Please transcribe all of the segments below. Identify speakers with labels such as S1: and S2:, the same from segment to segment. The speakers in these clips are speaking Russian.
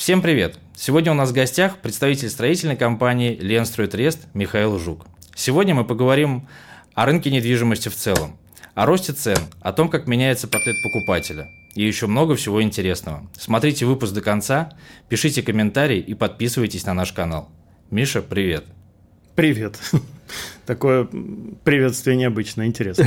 S1: Всем привет! Сегодня у нас в гостях представитель строительной компании «Ленстройтрест» Михаил Жук. Сегодня мы поговорим о рынке недвижимости в целом, о росте цен, о том, как меняется портрет покупателя и еще много всего интересного. Смотрите выпуск до конца, пишите комментарии и подписывайтесь на наш канал. Миша, привет!
S2: Привет! Такое приветствие необычное, интересно.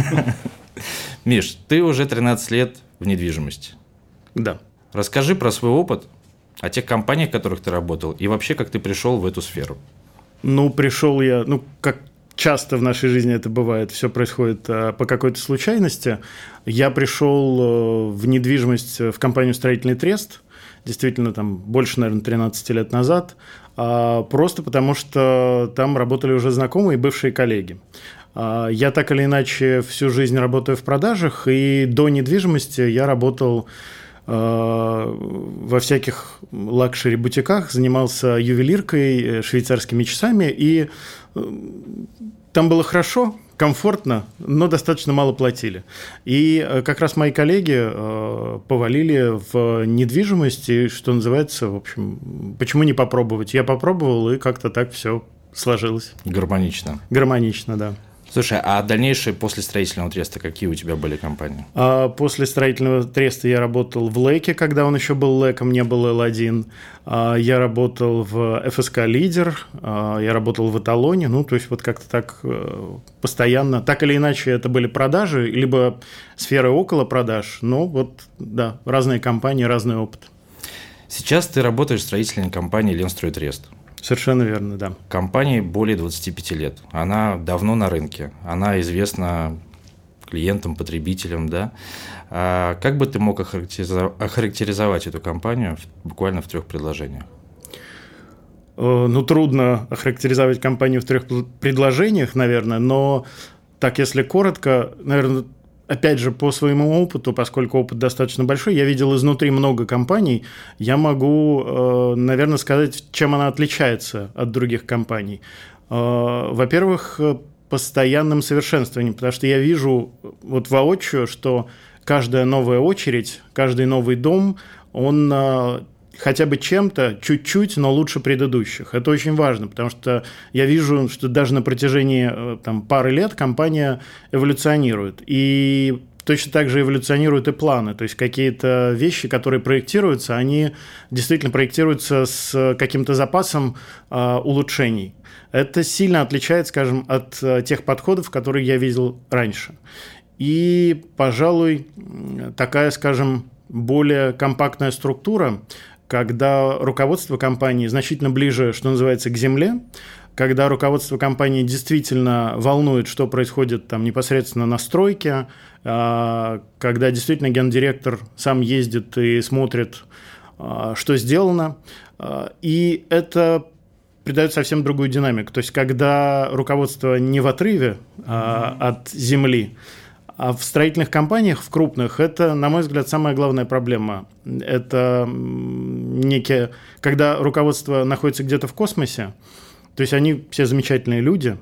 S1: Миш, ты уже 13 лет в недвижимости.
S2: Да.
S1: Расскажи про свой опыт, о тех компаниях, в которых ты работал, и вообще, как ты пришел в эту сферу.
S2: Пришел я, как часто в нашей жизни это бывает, все происходит по какой-то случайности. Я пришел в недвижимость в компанию «Строительный трест», действительно, там больше, наверное, 13 лет назад, просто потому что там работали уже знакомые и бывшие коллеги. Я так или иначе всю жизнь работаю в продажах, и до недвижимости я работал во всяких лакшери-бутиках, занимался ювелиркой, швейцарскими часами, и там было хорошо, комфортно, но достаточно мало платили. И как раз мои коллеги повалили в недвижимость, и, что называется, в общем, почему не попробовать? Я попробовал, и как-то так все сложилось.
S1: Гармонично.
S2: Гармонично, да.
S1: Слушай, а дальнейшие после строительного треста какие у тебя были компании?
S2: После строительного треста я работал в ЛЭКе, когда он еще был ЛЭКом, не был L1. Я работал в ФСК «Лидер», я работал в «Эталоне». То есть вот как-то так постоянно. Так или иначе, это были продажи, либо сферы около продаж. Да, разные компании, разный опыт.
S1: Сейчас ты работаешь в строительной компании «Ленстройтрест».
S2: Совершенно верно, да.
S1: Компании более 25 лет. Она давно на рынке. Она известна клиентам, потребителям, да. Как бы ты мог охарактеризовать эту компанию буквально в 3 предложениях?
S2: Трудно охарактеризовать компанию в 3 предложениях, наверное, но так, если коротко, наверное, опять же, по своему опыту, поскольку опыт достаточно большой, я видел изнутри много компаний, я могу, наверное, сказать, чем она отличается от других компаний. Во-первых, постоянным совершенствованием, потому что я вижу вот воочию, что каждая новая очередь, каждый новый дом, он хотя бы чем-то, чуть-чуть, но лучше предыдущих. Это очень важно, потому что я вижу, что даже на протяжении пары лет компания эволюционирует. И точно так же эволюционируют и планы. То есть какие-то вещи, которые проектируются, они действительно проектируются с каким-то запасом улучшений. Это сильно отличается, скажем, от тех подходов, которые я видел раньше. И, пожалуй, такая, скажем, более компактная структура, когда руководство компании значительно ближе, что называется, к земле, когда руководство компании действительно волнует, что происходит там непосредственно на стройке, когда действительно гендиректор сам ездит и смотрит, что сделано, и это придает совсем другую динамику. То есть, когда руководство не в отрыве от земли, а в строительных компаниях, в крупных, это, на мой взгляд, самая главная проблема. Это когда руководство находится где-то в космосе, то есть они все замечательные люди,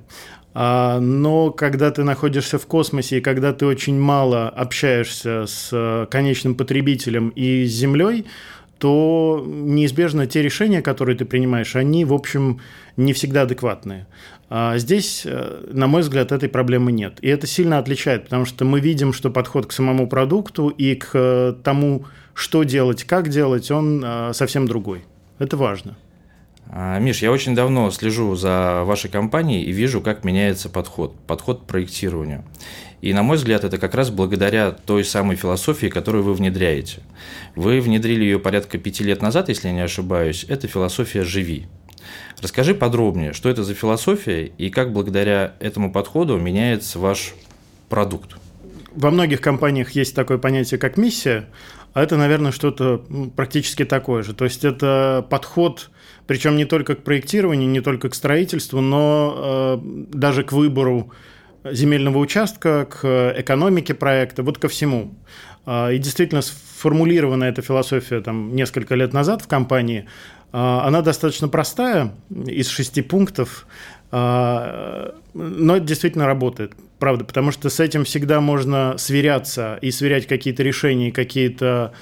S2: но когда ты находишься в космосе и когда ты очень мало общаешься с конечным потребителем и с Землей, то неизбежно те решения, которые ты принимаешь, они, в общем, не всегда адекватные. А здесь, на мой взгляд, этой проблемы нет. И это сильно отличает, потому что мы видим, что подход к самому продукту и к тому, что делать, как делать, он совсем другой. Это важно.
S1: Миш, я очень давно слежу за вашей компанией и вижу, как меняется подход к проектированию. И, на мой взгляд, это как раз благодаря той самой философии, которую вы внедряете. Вы внедрили ее порядка 5 лет назад, если я не ошибаюсь. Это философия «Живи». Расскажи подробнее, что это за философия и как благодаря этому подходу меняется ваш продукт.
S2: Во многих компаниях есть такое понятие, как миссия, а это, наверное, что-то практически такое же. То есть это подход, причем не только к проектированию, не только к строительству, но даже к выбору земельного участка, к экономике проекта, вот ко всему. И действительно сформулирована эта философия несколько лет назад в компании. Она достаточно простая, из 6 пунктов, но это действительно работает, правда, потому что с этим всегда можно сверяться и сверять какие-то решения, какие-то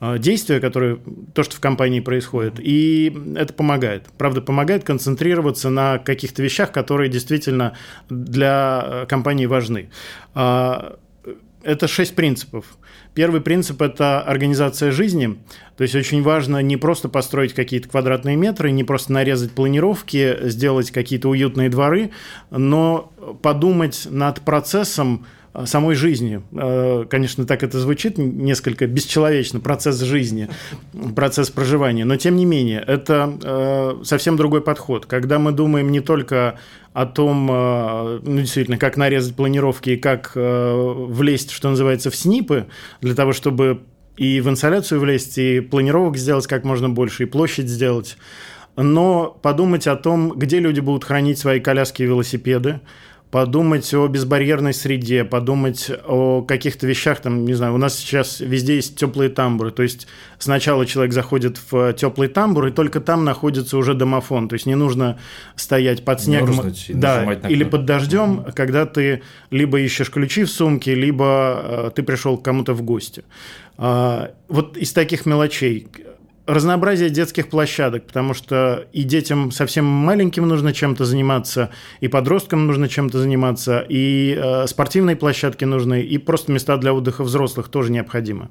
S2: действия, то, что в компании происходит, и это помогает. Правда, помогает концентрироваться на каких-то вещах, которые действительно для компании важны. Это 6 принципов. Первый принцип – это организация жизни. То есть очень важно не просто построить какие-то квадратные метры, не просто нарезать планировки, сделать какие-то уютные дворы, но подумать над процессом самой жизни. Конечно, так это звучит несколько бесчеловечно, процесс жизни, процесс проживания, но тем не менее, это совсем другой подход. Когда мы думаем не только о том, действительно, как нарезать планировки и как влезть, что называется, в снипы, для того, чтобы и в инсоляцию влезть, и планировок сделать как можно больше, и площадь сделать, но подумать о том, где люди будут хранить свои коляски и велосипеды, подумать о безбарьерной среде, подумать о каких-то вещах, там, не знаю, у нас сейчас везде есть теплые тамбуры, то есть сначала человек заходит в теплый тамбур, и только там находится уже домофон, то есть не нужно стоять под снегом, или под дождем, когда ты либо ищешь ключи в сумке, либо ты пришел к кому-то в гости. Вот из таких мелочей. Разнообразие детских площадок, потому что и детям совсем маленьким нужно чем-то заниматься, и подросткам нужно чем-то заниматься, и спортивные площадки нужны, и просто места для отдыха взрослых тоже необходимы.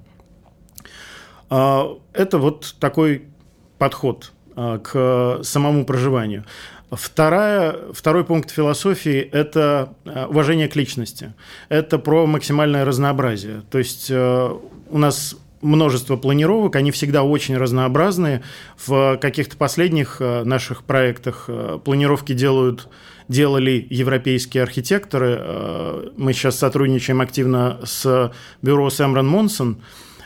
S2: Это вот такой подход к самому проживанию. Второй пункт философии – это уважение к личности. Это про максимальное разнообразие. То есть у нас множество планировок, они всегда очень разнообразные. В каких-то последних наших проектах планировки делали европейские архитекторы. Мы сейчас сотрудничаем активно с бюро Сэмрон Монсон,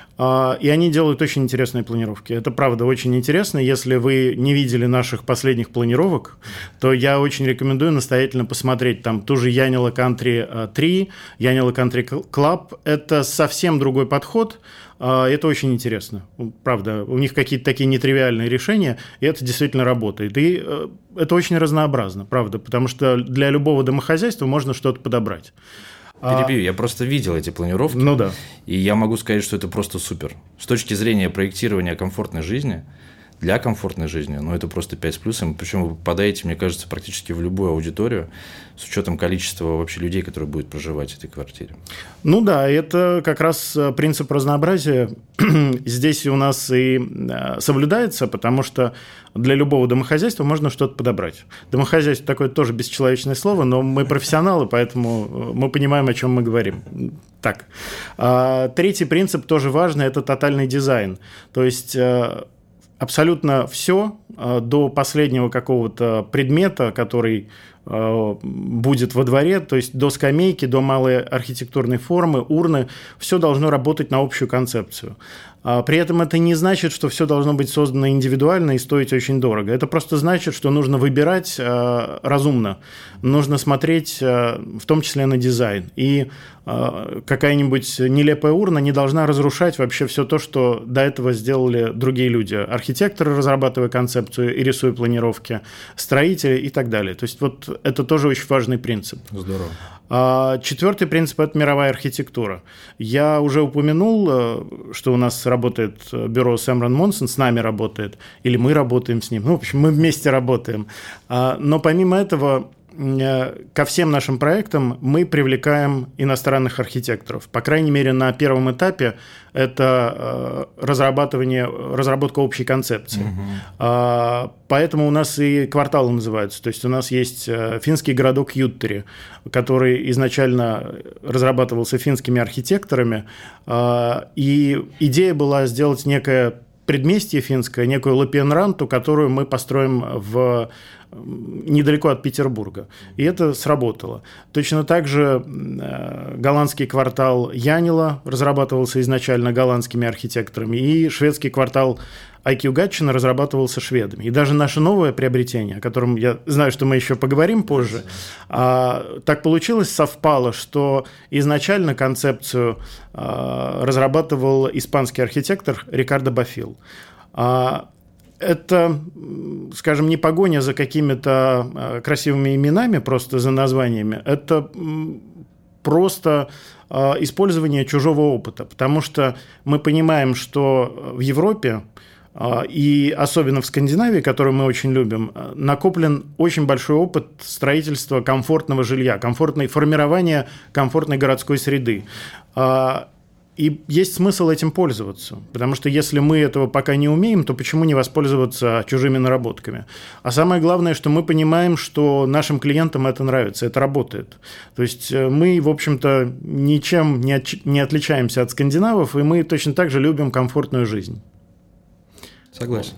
S2: и они делают очень интересные планировки. Это правда очень интересно. Если вы не видели наших последних планировок, то я очень рекомендую настоятельно посмотреть там ту же Янила Country 3, Янила Country Club. Это совсем другой подход. Это очень интересно. Правда, у них какие-то такие нетривиальные решения, и это действительно работает. И это очень разнообразно, правда, потому что для любого домохозяйства можно что-то подобрать.
S1: Перебью, я просто видел эти планировки,
S2: ну да.
S1: И я могу сказать, что это просто супер. С точки зрения проектирования комфортной жизни, для комфортной жизни, ну, это просто 5 с плюсом. Причем вы попадаете, мне кажется, практически в любую аудиторию с учетом количества вообще людей, которые будут проживать в этой квартире.
S2: Ну да, это как раз принцип разнообразия здесь у нас и соблюдается, потому что для любого домохозяйства можно что-то подобрать. Домохозяйство такое тоже бесчеловечное слово, но мы профессионалы, поэтому мы понимаем, о чем мы говорим. Так. Третий принцип тоже важный – это тотальный дизайн. То есть абсолютно все до последнего какого-то предмета, который будет во дворе, то есть до скамейки, до малой архитектурной формы, урны, все должно работать на общую концепцию. При этом это не значит, что все должно быть создано индивидуально и стоить очень дорого. Это просто значит, что нужно выбирать разумно, нужно смотреть в том числе на дизайн. И какая-нибудь нелепая урна не должна разрушать вообще все то, что до этого сделали другие люди. Архитекторы, разрабатывая концепцию и рисуя планировки, строители и так далее. То есть вот это тоже очень важный принцип.
S1: Здорово.
S2: Четвертый принцип – это мировая архитектура. Я уже упомянул, что у нас работает бюро Сэмрон Монсон, с нами работает, или мы работаем с ним. Ну, в общем, мы вместе работаем. Но помимо этого, ко всем нашим проектам мы привлекаем иностранных архитекторов. По крайней мере, на первом этапе это разработка общей концепции. Поэтому у нас и кварталы называются. То есть у нас есть финский городок Юттери, который изначально разрабатывался финскими архитекторами. И идея была сделать некое предместье финское, некую Лапиенранту, которую мы построим недалеко от Петербурга. И это сработало. Точно так же голландский квартал Янила разрабатывался изначально голландскими архитекторами, и шведский квартал Айкью-Гатчина разрабатывался шведами. И даже наше новое приобретение, о котором я знаю, что мы еще поговорим позже, так получилось, совпало, что изначально концепцию разрабатывал испанский архитектор Рикардо Бофил. Это, скажем, не погоня за какими-то красивыми именами, просто за названиями. Это просто использование чужого опыта, потому что мы понимаем, что в Европе и особенно в Скандинавии, которую мы очень любим, накоплен очень большой опыт строительства комфортного жилья, формирования комфортной городской среды. И есть смысл этим пользоваться, потому что если мы этого пока не умеем, то почему не воспользоваться чужими наработками? А самое главное, что мы понимаем, что нашим клиентам это нравится, это работает. То есть мы, в общем-то, ничем не отличаемся от скандинавов, и мы точно так же любим комфортную жизнь.
S1: Согласен.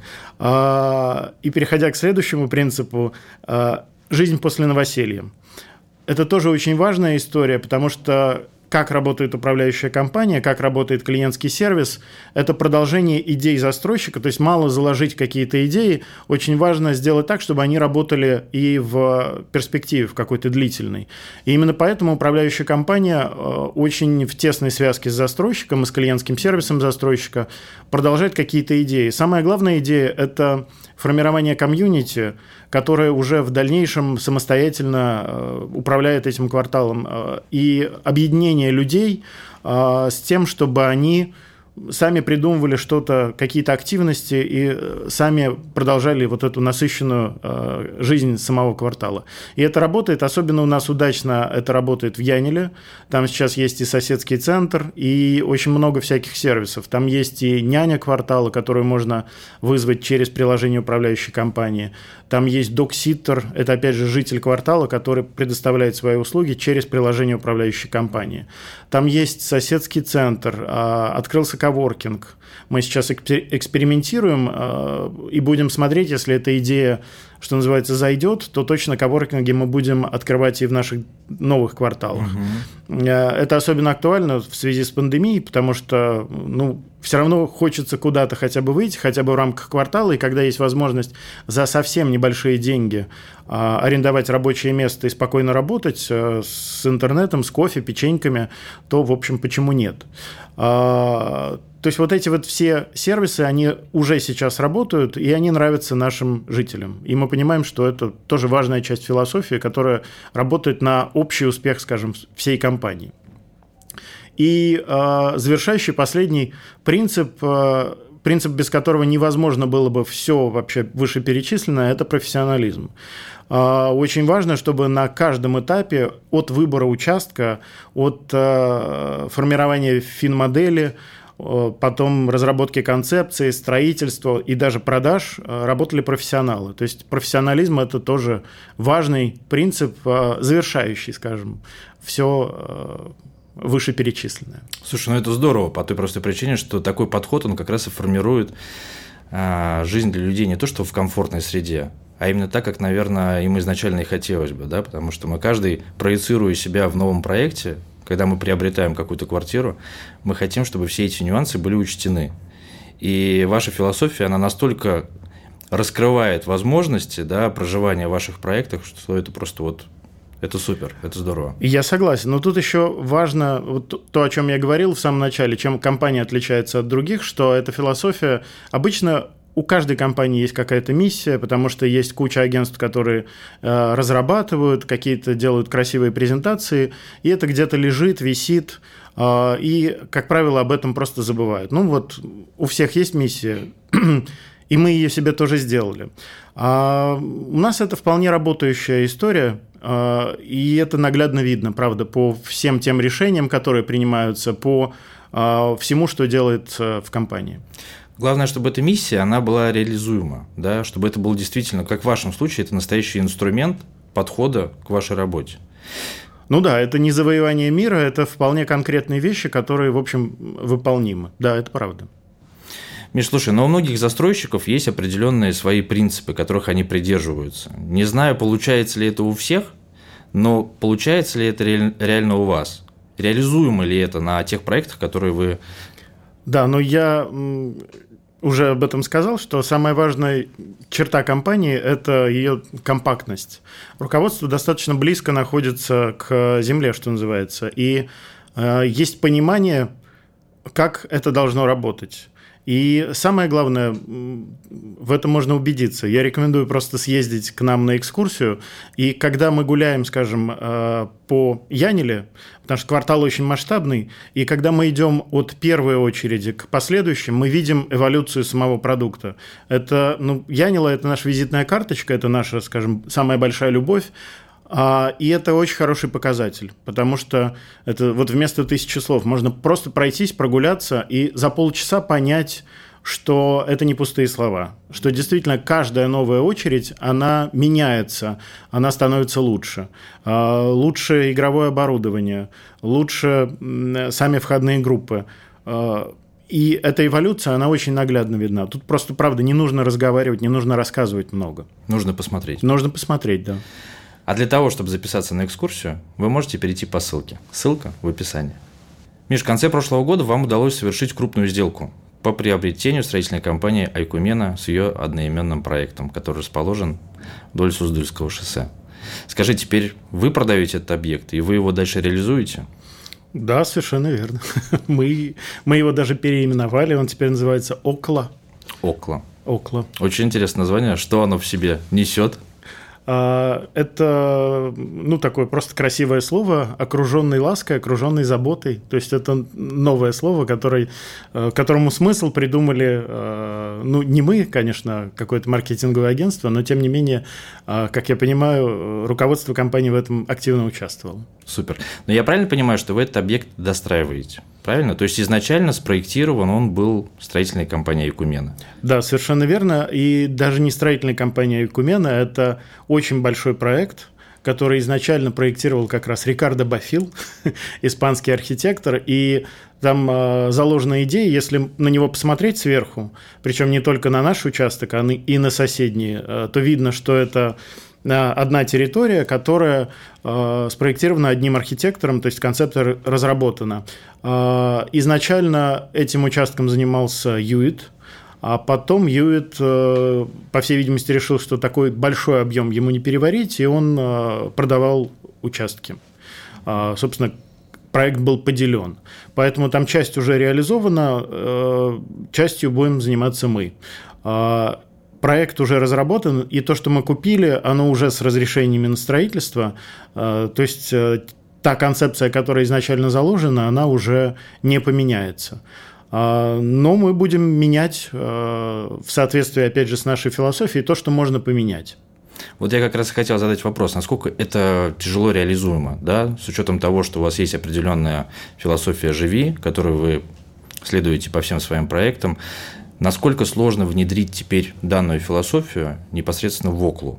S2: И переходя к следующему принципу, жизнь после новоселья. Это тоже очень важная история, потому что как работает управляющая компания, как работает клиентский сервис, это продолжение идей застройщика, то есть мало заложить какие-то идеи, очень важно сделать так, чтобы они работали и в перспективе, в какой-то длительной. И именно поэтому управляющая компания очень в тесной связке с застройщиком и с клиентским сервисом застройщика продолжает какие-то идеи. Самая главная идея – это формирование комьюнити, которое уже в дальнейшем самостоятельно управляет этим кварталом, и объединение людей с тем, чтобы они сами придумывали что-то, какие-то активности и сами продолжали вот эту насыщенную жизнь самого квартала. И это работает, особенно у нас удачно это работает в Янеле. Там сейчас есть и соседский центр, и очень много всяких сервисов. Там есть и няня квартала, которую можно вызвать через приложение управляющей компании. Там есть док-ситтер, это опять же житель квартала, который предоставляет свои услуги через приложение управляющей компании. Там есть соседский центр, открылся коворкинг. Мы сейчас экспериментируем и будем смотреть, если эта идея, что называется, зайдет, то точно коворкинги мы будем открывать и в наших новых кварталах. Это особенно актуально в связи с пандемией, потому что все равно хочется куда-то хотя бы выйти, хотя бы в рамках квартала, и когда есть возможность за совсем небольшие деньги арендовать рабочее место и спокойно работать с интернетом, с кофе, печеньками, то, в общем, почему нет? То есть вот эти вот все сервисы, они уже сейчас работают, и они нравятся нашим жителям. И мы понимаем, что это тоже важная часть философии, которая работает на общий успех, скажем, всей компании. И завершающий, последний принцип, без которого невозможно было бы все вообще вышеперечисленное, это профессионализм. Очень важно, чтобы на каждом этапе от выбора участка, от формирования финмодели, потом разработки концепции, строительства и даже продаж работали профессионалы. То есть профессионализм – это тоже важный принцип, завершающий, скажем, все вышеперечисленное.
S1: Слушай, это здорово по той простой причине, что такой подход, он как раз и формирует жизнь для людей не то что в комфортной среде, а именно так, как, наверное, им изначально и хотелось бы, да, потому что мы каждый, проецируя себя в новом проекте, когда мы приобретаем какую-то квартиру, мы хотим, чтобы все эти нюансы были учтены. И ваша философия, она настолько раскрывает возможности, да, проживания в ваших проектах, что это просто это супер, это здорово.
S2: Я согласен, но тут еще важно то, о чем я говорил в самом начале, чем компания отличается от других, что эта философия обычно. У каждой компании есть какая-то миссия, потому что есть куча агентств, которые разрабатывают, какие-то делают красивые презентации, и это где-то лежит, висит, и, как правило, об этом просто забывают. У всех есть миссия, и мы ее себе тоже сделали. А у нас это вполне работающая история, и это наглядно видно, правда, по всем тем решениям, которые принимаются, по всему, что делает в компании.
S1: Главное, чтобы эта миссия, она была реализуема, да, чтобы это был действительно, как в вашем случае, это настоящий инструмент подхода к вашей работе.
S2: Это не завоевание мира, это вполне конкретные вещи, которые, в общем, выполнимы. Да, это правда.
S1: Миш, слушай, но у многих застройщиков есть определенные свои принципы, которых они придерживаются. Не знаю, получается ли это у всех, но получается ли это реально у вас? Реализуемо ли это на тех проектах, которые вы...
S2: Да, но я уже об этом сказал, что самая важная черта компании – это ее компактность. Руководство достаточно близко находится к земле, что называется, и есть понимание, как это должно работать. И самое главное, в этом можно убедиться. Я рекомендую просто съездить к нам на экскурсию. И когда мы гуляем, скажем, по Янеле, потому что квартал очень масштабный, и когда мы идем от первой очереди к последующим, мы видим эволюцию самого продукта. Это, Янела – это наша визитная карточка, это наша, скажем, самая большая любовь. И это очень хороший показатель, потому что это вот вместо 1000 слов можно просто пройтись, прогуляться и за полчаса понять, что это не пустые слова, что действительно каждая новая очередь, она меняется, она становится лучше. Лучше игровое оборудование, лучше сами входные группы. И эта эволюция, она очень наглядно видна. Тут просто, правда, не нужно разговаривать, не нужно рассказывать много.
S1: Нужно посмотреть.
S2: Нужно посмотреть, да.
S1: А для того, чтобы записаться на экскурсию, вы можете перейти по ссылке. Ссылка в описании. Миш, в конце прошлого года вам удалось совершить крупную сделку по приобретению строительной компании Айкумена с ее одноименным проектом, который расположен вдоль Суздальского шоссе. Скажи, теперь вы продаете этот объект, и вы его дальше реализуете?
S2: Да, совершенно верно. Мы его даже переименовали, он теперь называется «Окла».
S1: «Окла».
S2: «Окла».
S1: Очень интересное название. Что оно в себе несет?
S2: Это, такое просто красивое слово, окруженный лаской, окруженный заботой. То есть это новое слово, которому смысл придумали, не мы, конечно, какое-то маркетинговое агентство, но тем не менее, как я понимаю, руководство компании в этом активно участвовало.
S1: Супер. Но я правильно понимаю, что вы этот объект достраиваете? Правильно? То есть изначально спроектирован он был строительной компанией Айкумена.
S2: Да, совершенно верно. И даже не строительная компания Айкумена, это очень большой проект, который изначально проектировал как раз Рикардо Бофил, испанский архитектор. И там заложена идея, если на него посмотреть сверху, причем не только на наш участок, а и на соседние, то видно, что это одна территория, которая спроектирована одним архитектором, то есть концепция разработана. Изначально этим участком занимался Юит, а потом Юит, по всей видимости, решил, что такой большой объем ему не переварить, и он продавал участки. Собственно, проект был поделен. Поэтому там часть уже реализована, частью будем заниматься мы. Проект уже разработан, и то, что мы купили, оно уже с разрешениями на строительство. То есть та концепция, которая изначально заложена, она уже не поменяется. Но мы будем менять в соответствии, опять же, с нашей философией то, что можно поменять.
S1: Вот я как раз хотел задать вопрос, насколько это тяжело реализуемо, да, с учетом того, что у вас есть определенная философия «Живи», которую вы следуете по всем своим проектам. Насколько сложно внедрить теперь данную философию непосредственно в Оклу?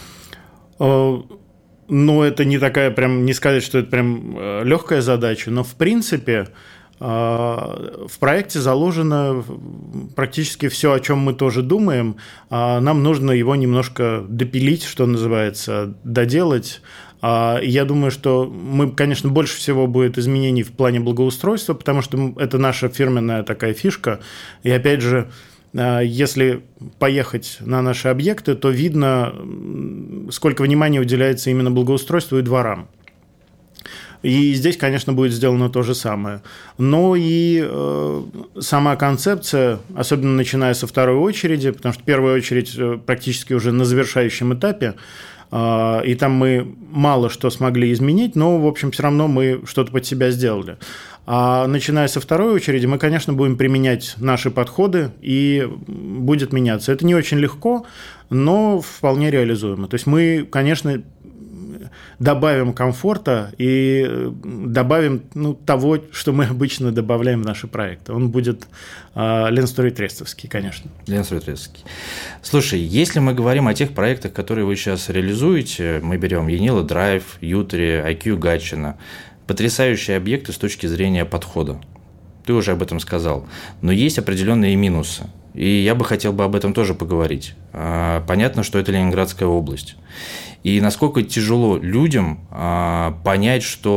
S2: Это не такая прям, не сказать, что это прям легкая задача, но в принципе в проекте заложено практически все, о чем мы тоже думаем. Нам нужно его немножко допилить, что называется, доделать. Я думаю, что конечно, больше всего будет изменений в плане благоустройства, потому что это наша фирменная такая фишка. И опять же, если поехать на наши объекты, то видно, сколько внимания уделяется именно благоустройству и дворам. И здесь, конечно, будет сделано то же самое. Но и сама концепция, особенно начиная со второй очереди, потому что первая очередь практически уже на завершающем этапе, и там мы мало что смогли изменить, но, в общем, все равно мы что-то под себя сделали. А начиная со второй очереди, мы, конечно, будем применять наши подходы, и будет меняться. Это не очень легко, но вполне реализуемо. То есть мы, конечно, добавим комфорта и добавим того, что мы обычно добавляем в наши проекты. Он будет Ленстрой-Трестовский, конечно.
S1: Ленстрой-Трестовский. Слушай, если мы говорим о тех проектах, которые вы сейчас реализуете, мы берем Янила Драйв, Ютри, IQ Гатчина, потрясающие объекты с точки зрения подхода. Ты уже об этом сказал. Но есть определенные минусы. И я бы хотел об этом тоже поговорить. Понятно, что это Ленинградская область. И насколько тяжело людям понять, что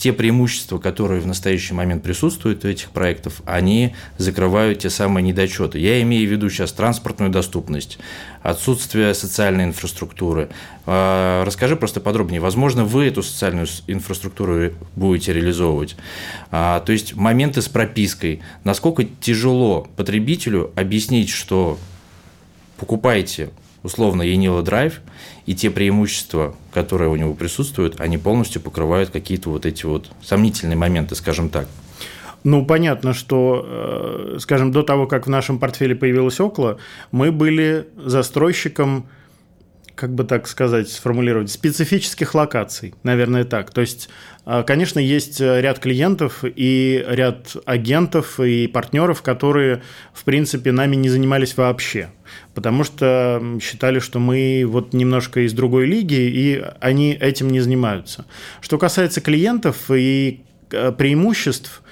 S1: те преимущества, которые в настоящий момент присутствуют у этих проектов, они закрывают те самые недочеты. Я имею в виду сейчас транспортную доступность, отсутствие социальной инфраструктуры. Расскажи просто подробнее. Возможно, вы эту социальную инфраструктуру будете реализовывать. То есть моменты с пропиской. Насколько тяжело потребителю объяснить, что покупаете условно Янила Драйв, и те преимущества, которые у него присутствуют, они полностью покрывают какие-то вот эти вот сомнительные моменты, скажем так.
S2: Ну, понятно, что, скажем, до того, как в нашем портфеле появилась Окла, мы были застройщиком, как бы так сказать, сформулировать, специфических локаций, наверное, так. То есть, конечно, есть ряд клиентов и ряд агентов и партнеров, которые, в принципе, нами не занимались вообще, потому что считали, что мы вот немножко из другой лиги, и они этим не занимаются. Что касается клиентов и преимуществ,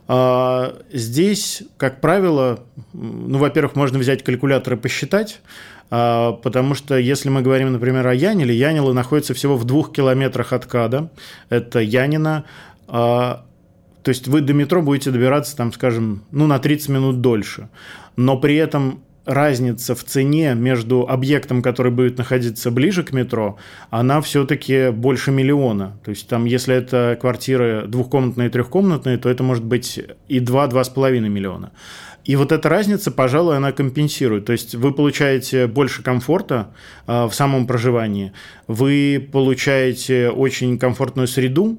S2: здесь, как правило, ну, во-первых, можно взять калькулятор и посчитать, потому что если мы говорим, например, о Яниле, Янила находится всего в 2 километрах от КАДа, это Янина, то есть вы до метро будете добираться, там, скажем, ну, на 30 минут дольше, но при этом разница в цене между объектом, который будет находиться ближе к метро, она все-таки больше 1 миллиона. То есть там, если это квартиры двухкомнатные и трехкомнатные, то это может быть и 2-2,5 миллиона. И вот эта разница, пожалуй, она компенсирует. То есть вы получаете больше комфорта в самом проживании, вы получаете очень комфортную среду,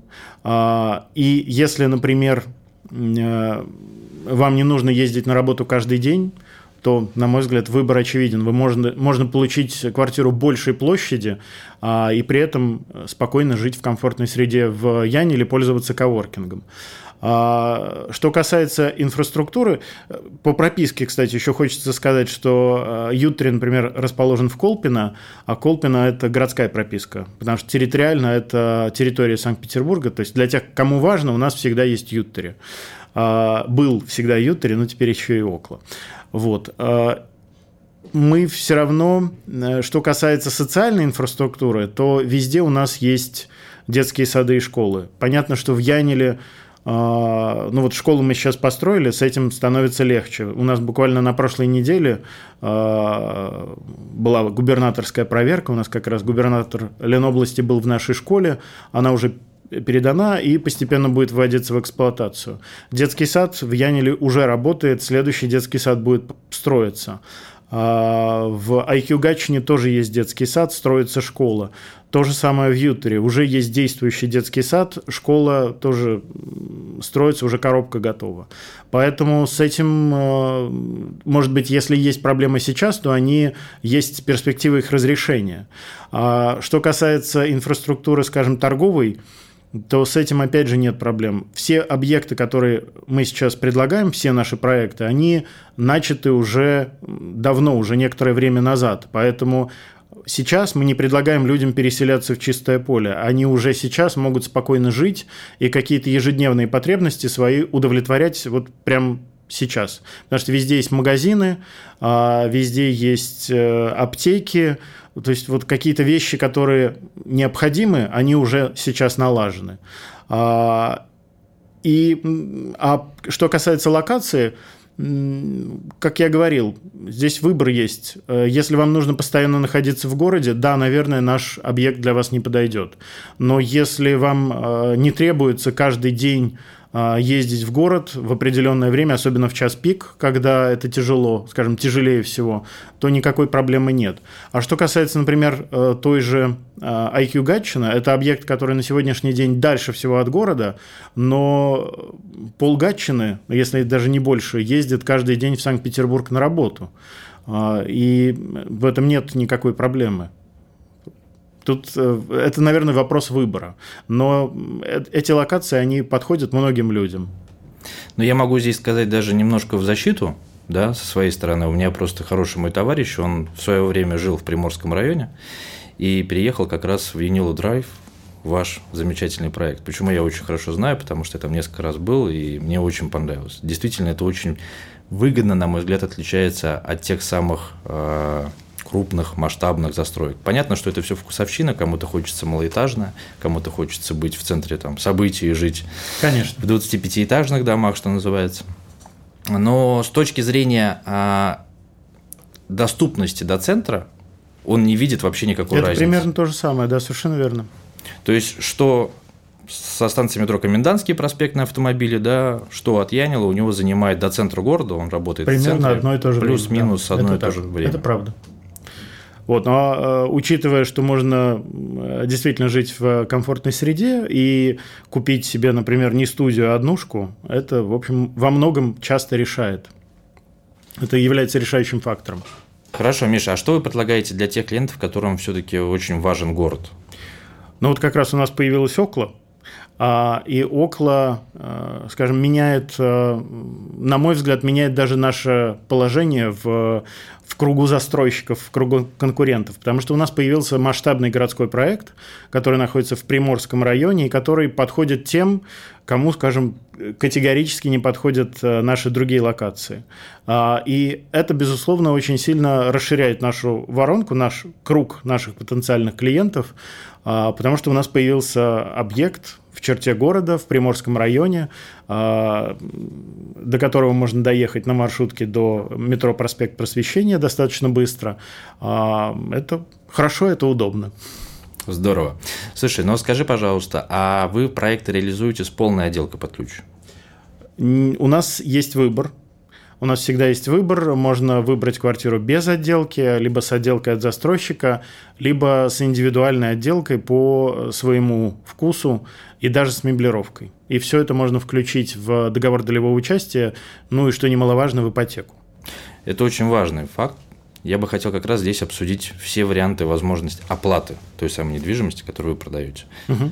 S2: и если, например, вам не нужно ездить на работу каждый день, то, на мой взгляд, выбор очевиден. Можно получить квартиру большей площади и при этом спокойно жить в комфортной среде в Яне или пользоваться коворкингом. Что касается инфраструктуры, по прописке, кстати, еще хочется сказать, что Ютри, например, расположен в Колпино, а Колпино – это городская прописка, потому что территориально это территория Санкт-Петербурга, то есть для тех, кому важно, у нас всегда есть Ютри. Был всегда Ютри, но теперь еще и Окла. Вот. Мы все равно, что касается социальной инфраструктуры, то везде у нас есть детские сады и школы. Понятно, что в Яниле, ну вот школу мы сейчас построили, с этим становится легче. У нас буквально на прошлой неделе была губернаторская проверка, у нас как раз губернатор Ленобласти был в нашей школе, она уже передана и постепенно будет вводиться в эксплуатацию. Детский сад в Яниле уже работает, следующий детский сад будет строиться. В IQ Гатчине тоже есть детский сад, строится школа. То же самое в Ютре. Уже есть действующий детский сад, школа тоже строится, уже коробка готова. Поэтому с этим, может быть, если есть проблемы сейчас, то они есть перспективы их разрешения. Что касается инфраструктуры, скажем, торговой, то с этим, опять же, нет проблем. Все объекты, которые мы сейчас предлагаем, все наши проекты, они начаты уже давно, уже некоторое время назад. Поэтому сейчас мы не предлагаем людям переселяться в чистое поле. Они уже сейчас могут спокойно жить и какие-то ежедневные потребности свои удовлетворять вот прям сейчас. Потому что везде есть магазины, везде есть аптеки. То есть вот какие-то вещи, которые необходимы, они уже сейчас налажены. Что касается локации, как я говорил, здесь выбор есть. Если вам нужно постоянно находиться в городе, да, наверное, наш объект для вас не подойдет. Но если вам не требуется каждый день ездить в город в определенное время, особенно в час пик, когда это тяжело, скажем, тяжелее всего, то никакой проблемы нет. А что касается, например, той же IQ Гатчина, это объект, который на сегодняшний день дальше всего от города, но пол Гатчины, если даже не больше, ездит каждый день в Санкт-Петербург на работу. И в этом нет никакой проблемы. Тут это, наверное, вопрос выбора. Но эти локации, они подходят многим людям.
S1: Но я могу здесь сказать даже немножко в защиту, да, со своей стороны. У меня просто хороший мой товарищ, он в свое время жил в Приморском районе и переехал как раз в Янилу Драйв, ваш замечательный проект. Почему я очень хорошо знаю, потому что я там несколько раз был, и мне очень понравилось. Действительно, это очень выгодно, на мой взгляд, отличается от тех самых крупных масштабных застроек. Понятно, что это все вкусовщина, кому-то хочется малоэтажно, кому-то хочется быть в центре там, событий и жить
S2: Конечно.
S1: в 25-этажных домах, что называется. Но с точки зрения доступности до центра он не видит вообще никакой разницы.
S2: Это примерно то же самое, да, совершенно верно.
S1: То есть, что со станции метро Комендантский проспект на автомобиле, да, что от Янила у него занимает до центра города, он работает
S2: примерно
S1: в центре,
S2: одно и то же
S1: плюс-минус
S2: время,
S1: одно
S2: это
S1: и то же время.
S2: Это правда. Вот, но учитывая, что можно действительно жить в комфортной среде и купить себе, например, не студию, а однушку, это, в общем, во многом часто решает. Это является решающим фактором.
S1: Хорошо, Миша, а что вы предлагаете для тех клиентов, которым все-таки очень важен город?
S2: Ну вот как раз у нас появилась Окла, и Окла, скажем, меняет, на мой взгляд, меняет даже наше положение в кругу застройщиков, в кругу конкурентов, потому что у нас появился масштабный городской проект, который находится в Приморском районе и который подходит тем, кому, скажем, категорически не подходят наши другие локации. И это, безусловно, очень сильно расширяет нашу воронку, наш круг наших потенциальных клиентов, потому что у нас появился объект в черте города, в Приморском районе, до которого можно доехать на маршрутке до метро «Проспект Просвещения» достаточно быстро. Это хорошо, это удобно.
S1: Здорово. Слушай, ну скажи, пожалуйста, а вы проекты реализуете с полной отделкой под ключ?
S2: У нас есть выбор. У нас всегда есть выбор. Можно выбрать квартиру без отделки, либо с отделкой от застройщика, либо с индивидуальной отделкой по своему вкусу и даже с меблировкой. И все это можно включить в договор долевого участия, ну и, что немаловажно, в ипотеку.
S1: Это очень важный факт. Я бы хотел как раз здесь обсудить все варианты возможности оплаты той самой недвижимости, которую вы продаете.
S2: Угу.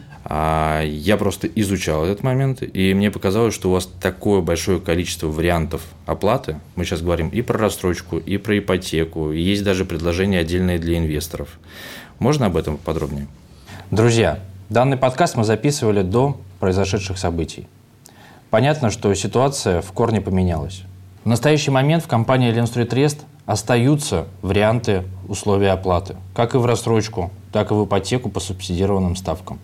S1: Я просто изучал этот момент, и мне показалось, что у вас такое большое количество вариантов оплаты. Мы сейчас говорим и про рассрочку, и про ипотеку, и есть даже предложения отдельные для инвесторов. Можно об этом подробнее? Друзья, данный подкаст мы записывали до произошедших событий. Понятно, что ситуация в корне поменялась. В настоящий момент в компании «Ленстройтрест» остаются варианты условий оплаты, как и в рассрочку, так и в ипотеку по субсидированным ставкам.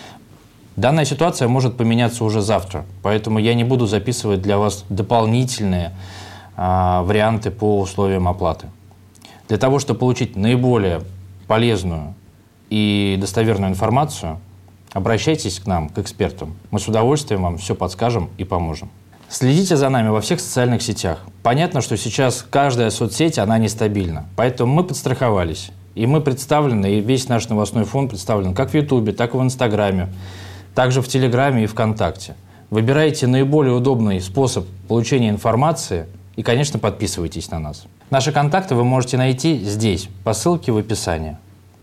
S1: Данная ситуация может поменяться уже завтра, поэтому я не буду записывать для вас дополнительные варианты по условиям оплаты. Для того, чтобы получить наиболее полезную и достоверную информацию, обращайтесь к нам, к экспертам. Мы с удовольствием вам все подскажем и поможем. Следите за нами во всех социальных сетях. Понятно, что сейчас каждая соцсеть, она нестабильна. Поэтому мы подстраховались. И мы представлены, и весь наш новостной фонд представлен как в Ютубе, так и в Инстаграме, также в Телеграме и ВКонтакте. Выбирайте наиболее удобный способ получения информации и, конечно, подписывайтесь на нас. Наши контакты вы можете найти здесь, по ссылке в описании.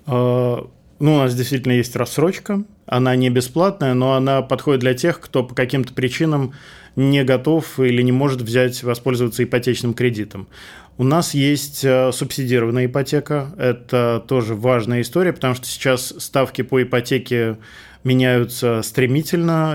S2: У нас действительно есть рассрочка. Она не бесплатная, но она подходит для тех, кто по каким-то причинам не готов или не может воспользоваться ипотечным кредитом. У нас есть субсидированная ипотека. Это тоже важная история, потому что сейчас ставки по ипотеке меняются стремительно,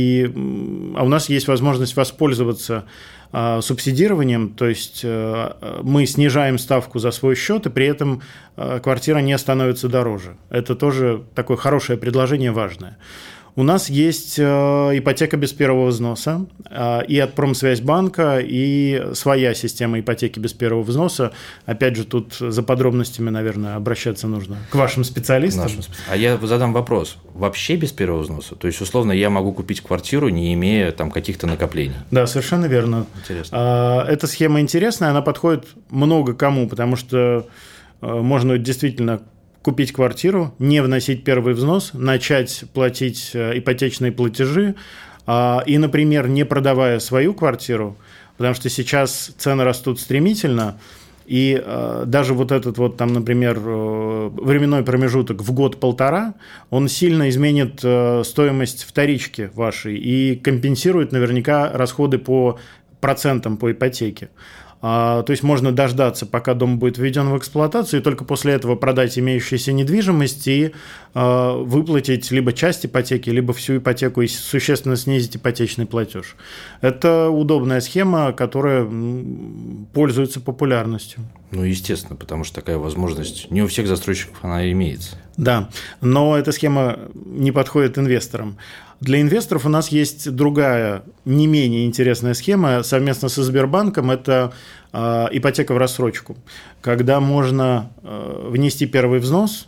S2: а у нас есть возможность воспользоваться субсидированием, то есть мы снижаем ставку за свой счет, и при этом квартира не становится дороже. Это тоже такое хорошее предложение, важное. У нас есть ипотека без первого взноса и от Промсвязьбанка, и своя система ипотеки без первого взноса. Опять же, тут за подробностями, наверное, обращаться нужно к вашим специалистам.
S1: А я задам вопрос. Вообще без первого взноса? То есть, условно, я могу купить квартиру, не имея там каких-то накоплений?
S2: Да, совершенно верно.
S1: Интересно.
S2: Эта схема интересная, она подходит много кому, потому что можно действительно купить квартиру, не вносить первый взнос, начать платить ипотечные платежи и, например, не продавая свою квартиру, потому что сейчас цены растут стремительно, и даже вот этот вот там, например, временной промежуток в год-полтора, он сильно изменит стоимость вторички вашей и компенсирует наверняка расходы по процентам по ипотеке. То есть можно дождаться, пока дом будет введен в эксплуатацию, и только после этого продать имеющуюся недвижимость и выплатить либо часть ипотеки, либо всю ипотеку и существенно снизить ипотечный платеж. Это удобная схема, которая пользуется популярностью.
S1: Ну, естественно, потому что такая возможность не у всех застройщиков она имеется.
S2: Да, но эта схема не подходит инвесторам. Для инвесторов у нас есть другая, не менее интересная схема совместно со Сбербанком. Это ипотека в рассрочку, когда можно внести первый взнос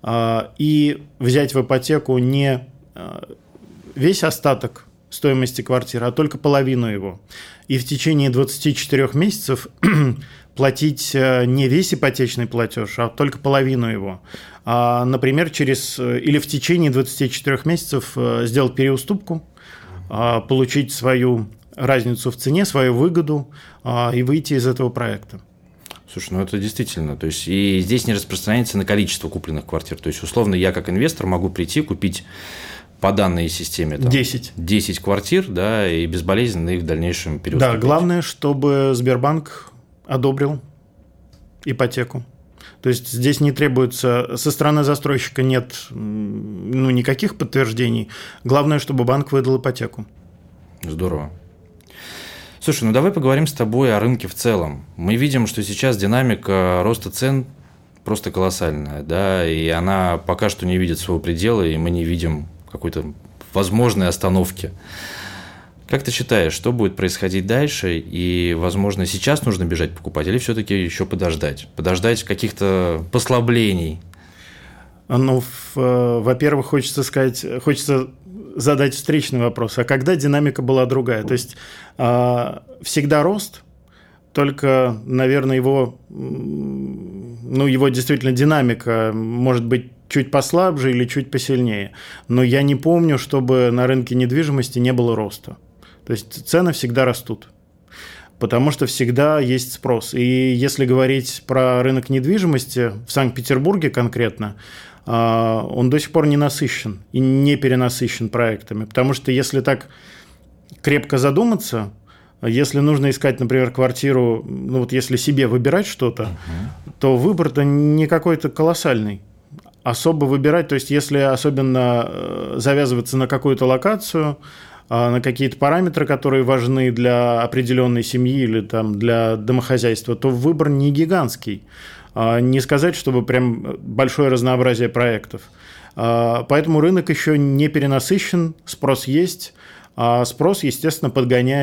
S2: и взять в ипотеку не весь остаток стоимости квартиры, а только половину его. И в течение 24 месяцев платить не весь ипотечный платеж, а только половину его. Например, или в течение 24 месяцев сделать переуступку, получить свою разницу в цене, свою выгоду и выйти из этого проекта.
S1: Слушай, ну это действительно, то есть и здесь не распространяется на количество купленных квартир. То есть, условно, я как инвестор могу прийти, купить по данной системе 10 квартир, да, и безболезненно их в дальнейшем переуступить.
S2: Да, главное, чтобы Сбербанк одобрил ипотеку. То есть здесь не требуется, со стороны застройщика нет никаких подтверждений. Главное, чтобы банк выдал ипотеку.
S1: Здорово. Слушай, ну давай поговорим с тобой о рынке в целом. Мы видим, что сейчас динамика роста цен просто колоссальная, да, и она пока что не видит своего предела, и мы не видим какой-то возможной остановки. Как ты считаешь, что будет происходить дальше? И, возможно, сейчас нужно бежать покупать или все-таки еще подождать? Подождать каких-то послаблений?
S2: Ну, во-первых, хочется задать встречный вопрос. А когда динамика была другая? То есть всегда рост, только, наверное, его действительно динамика может быть чуть послабже или чуть посильнее. Но я не помню, чтобы на рынке недвижимости не было роста. То есть цены всегда растут, потому что всегда есть спрос. И если говорить про рынок недвижимости в Санкт-Петербурге конкретно, он до сих пор не насыщен и не перенасыщен проектами. Потому что если так крепко задуматься, если нужно искать, например, квартиру, если себе выбирать что-то, то выбор-то не какой-то колоссальный. Особо выбирать, то есть если особенно завязываться на какую-то локацию, на какие-то параметры, которые важны для определенной семьи или там, для домохозяйства, то выбор не гигантский. Не сказать, чтобы прям большое разнообразие проектов. Поэтому рынок еще не перенасыщен, спрос есть, а спрос, естественно,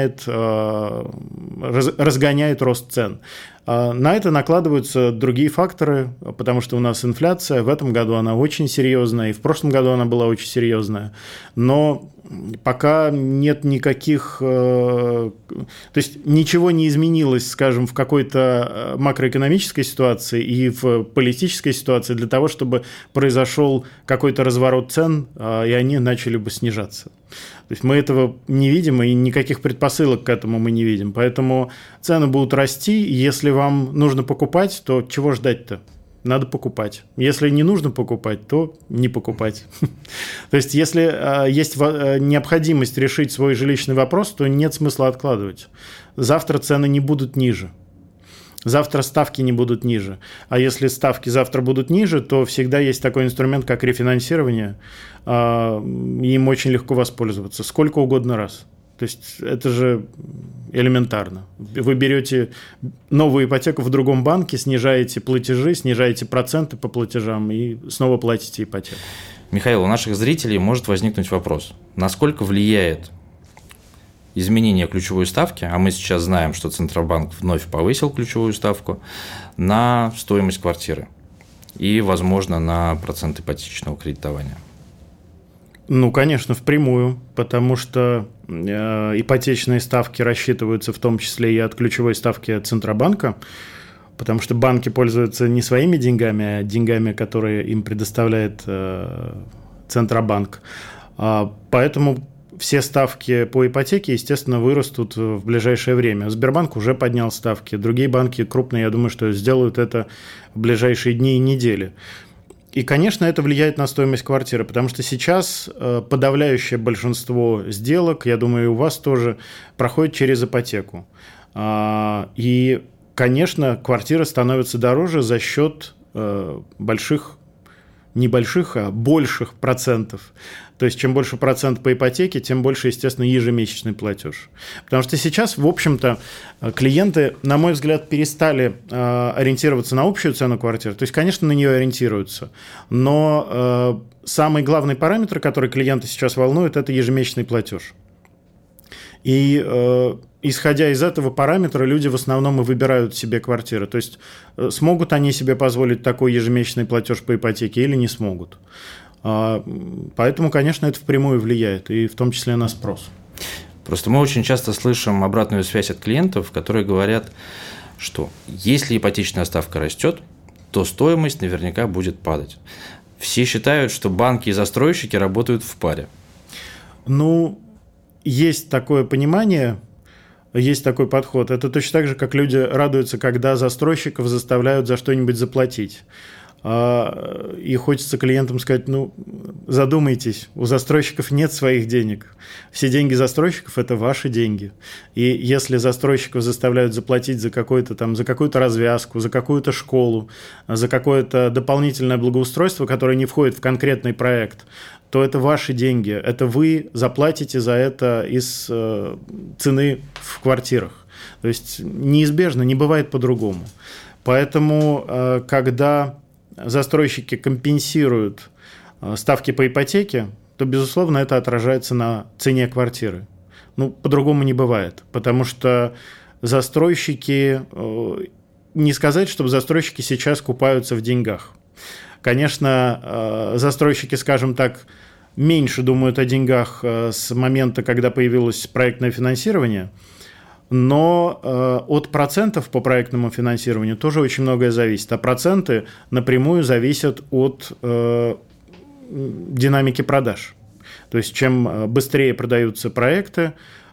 S2: разгоняет рост цен. На это накладываются другие факторы, потому что у нас инфляция, в этом году она очень серьезная, и в прошлом году она была очень серьезная. Но пока нет никаких... То есть ничего не изменилось, скажем, в какой-то макроэкономической ситуации и в политической ситуации для того, чтобы произошел какой-то разворот цен, и они начали бы снижаться. То есть мы этого не видим, и никаких предпосылок к этому мы не видим. Поэтому цены будут расти. Если вам нужно покупать, то чего ждать-то? Надо покупать. Если не нужно покупать, то не покупать. То есть если есть необходимость решить свой жилищный вопрос, то нет смысла откладывать. Завтра цены не будут ниже. Завтра ставки не будут ниже. А если ставки завтра будут ниже, то всегда есть такой инструмент, как рефинансирование. Им очень легко воспользоваться. Сколько угодно раз. То есть это же элементарно. Вы берете новую ипотеку в другом банке, снижаете платежи, снижаете проценты по платежам и снова платите ипотеку.
S1: Михаил, у наших зрителей может возникнуть вопрос. Насколько влияет изменение ключевой ставки, а мы сейчас знаем, что Центробанк вновь повысил ключевую ставку, на стоимость квартиры и, возможно, на процент ипотечного кредитования?
S2: Ну, конечно, впрямую, потому что ипотечные ставки рассчитываются в том числе и от ключевой ставки Центробанка, потому что банки пользуются не своими деньгами, а деньгами, которые им предоставляет Центробанк. Поэтому все ставки по ипотеке, естественно, вырастут в ближайшее время. Сбербанк уже поднял ставки, другие банки крупные, я думаю, что сделают это в ближайшие дни и недели. И, конечно, это влияет на стоимость квартиры, потому что сейчас подавляющее большинство сделок, я думаю, и у вас тоже, проходит через ипотеку. И, конечно, квартира становится дороже за счет больших небольших, а больших процентов. То есть, чем больше процент по ипотеке, тем больше, естественно, ежемесячный платеж. Потому что сейчас, в общем-то, клиенты, на мой взгляд, перестали ориентироваться на общую цену квартиры. То есть, конечно, на нее ориентируются. Но самый главный параметр, который клиента сейчас волнует, это ежемесячный платеж. И исходя из этого параметра, люди в основном и выбирают себе квартиры. То есть, смогут они себе позволить такой ежемесячный платеж по ипотеке или не смогут. Поэтому, конечно, это впрямую влияет, и в том числе на спрос.
S1: Просто мы очень часто слышим обратную связь от клиентов, которые говорят, что если ипотечная ставка растет, то стоимость наверняка будет падать. Все считают, что банки и застройщики работают в паре.
S2: Ну, есть такое понимание, есть такой подход. Это точно так же, как люди радуются, когда застройщиков заставляют за что-нибудь заплатить. И хочется клиентам сказать, ну, задумайтесь, у застройщиков нет своих денег. Все деньги застройщиков – это ваши деньги. И если застройщиков заставляют заплатить за какую-то развязку, за какую-то школу, за какое-то дополнительное благоустройство, которое не входит в конкретный проект, то это ваши деньги. Это вы заплатите за это из цены в квартирах. То есть неизбежно, не бывает по-другому. Поэтому, когда застройщики компенсируют ставки по ипотеке, то, безусловно, это отражается на цене квартиры. Ну, по-другому не бывает, потому что застройщики, не сказать, чтобы застройщики сейчас купаются в деньгах. Конечно, застройщики, скажем так, меньше думают о деньгах с момента, когда появилось проектное финансирование, но от процентов по проектному финансированию тоже очень многое зависит. А проценты напрямую зависят от динамики продаж. То есть, чем быстрее продаются проекты,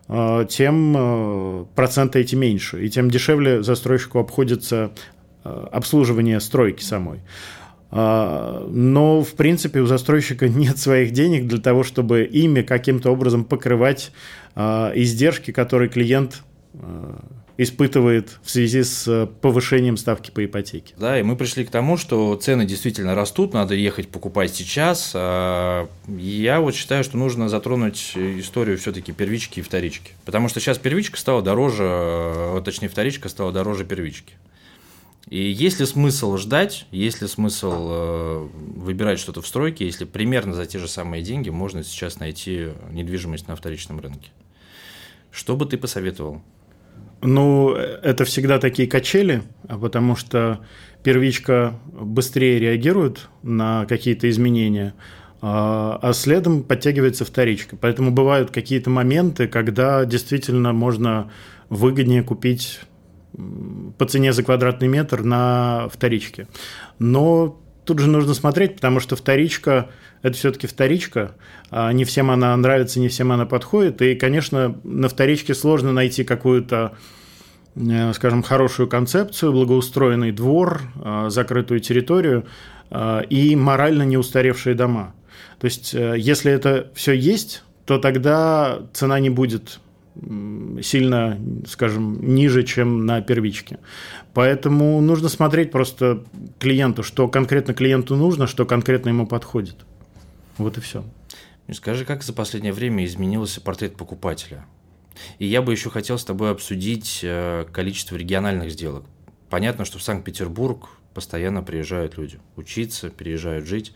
S2: тем проценты эти меньше, и тем дешевле застройщику обходится обслуживание стройки самой. Но, в принципе, у застройщика нет своих денег для того, чтобы ими каким-то образом покрывать издержки, которые клиент испытывает в связи с повышением ставки по ипотеке.
S1: Да, и мы пришли к тому, что цены действительно растут, надо ехать покупать сейчас. Я вот считаю, что нужно затронуть историю все-таки первички и вторички. Потому что сейчас первичка стала дороже, точнее вторичка стала дороже первички. И есть ли смысл ждать, есть ли смысл выбирать что-то в стройке, если примерно за те же самые деньги можно сейчас найти недвижимость на вторичном рынке? Что бы ты посоветовал?
S2: Ну, это всегда такие качели, потому что первичка быстрее реагирует на какие-то изменения, а следом подтягивается вторичка. Поэтому бывают какие-то моменты, когда действительно можно выгоднее купить по цене за квадратный метр на вторичке. Но тут же нужно смотреть, потому что вторичка – это все-таки вторичка, не всем она нравится, не всем она подходит, и, конечно, на вторичке сложно найти какую-то, скажем, хорошую концепцию, благоустроенный двор, закрытую территорию и морально неустаревшие дома. То есть, если это все есть, то тогда цена не будет сильно, скажем, ниже, чем на первичке. Поэтому нужно смотреть просто клиенту, что конкретно клиенту нужно, что конкретно ему подходит. Вот и все.
S1: Скажи, как за последнее время изменился портрет покупателя? И я бы еще хотел с тобой обсудить количество региональных сделок. Понятно, что в Санкт-Петербург постоянно приезжают люди учиться, переезжают жить.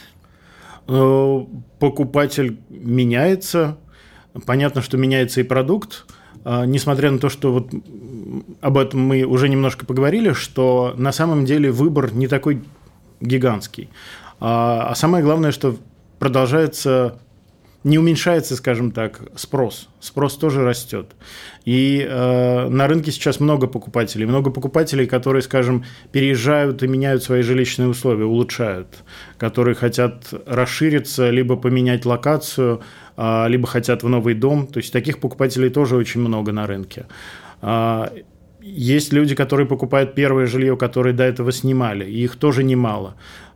S2: Покупатель меняется. Понятно, что меняется и продукт. Несмотря на то, что вот об этом мы уже немножко поговорили, что на самом деле выбор не такой гигантский. А самое главное, что продолжается, не уменьшается, скажем так, спрос. Спрос тоже растет. И на рынке сейчас много покупателей, которые, скажем, переезжают и меняют свои жилищные условия, улучшают, которые хотят расшириться, либо поменять локацию, либо хотят в новый дом. То есть таких покупателей тоже очень много на рынке. Есть люди, которые покупают первое жилье, которое до этого снимали, и их тоже немало.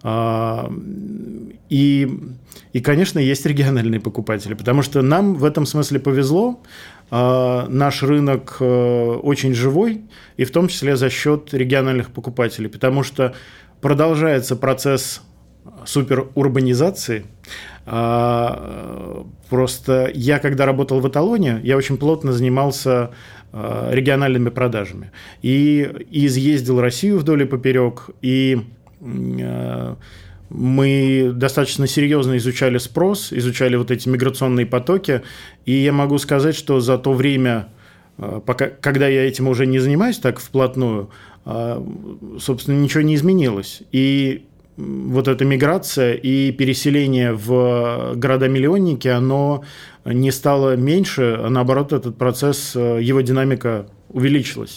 S2: И, конечно, есть региональные покупатели, потому что нам в этом смысле повезло. Наш рынок очень живой, и в том числе за счет региональных покупателей, потому что продолжается процесс суперурбанизации. Просто я, когда работал в Эталоне, я очень плотно занимался региональными продажами. И изъездил Россию вдоль и поперек, и мы достаточно серьезно изучали спрос, изучали вот эти миграционные потоки. И я могу сказать, что за то время, когда я этим уже не занимаюсь так вплотную, собственно, ничего не изменилось. И вот эта миграция и переселение в города-миллионники, оно не стало меньше, а наоборот, этот процесс, его динамика увеличилась.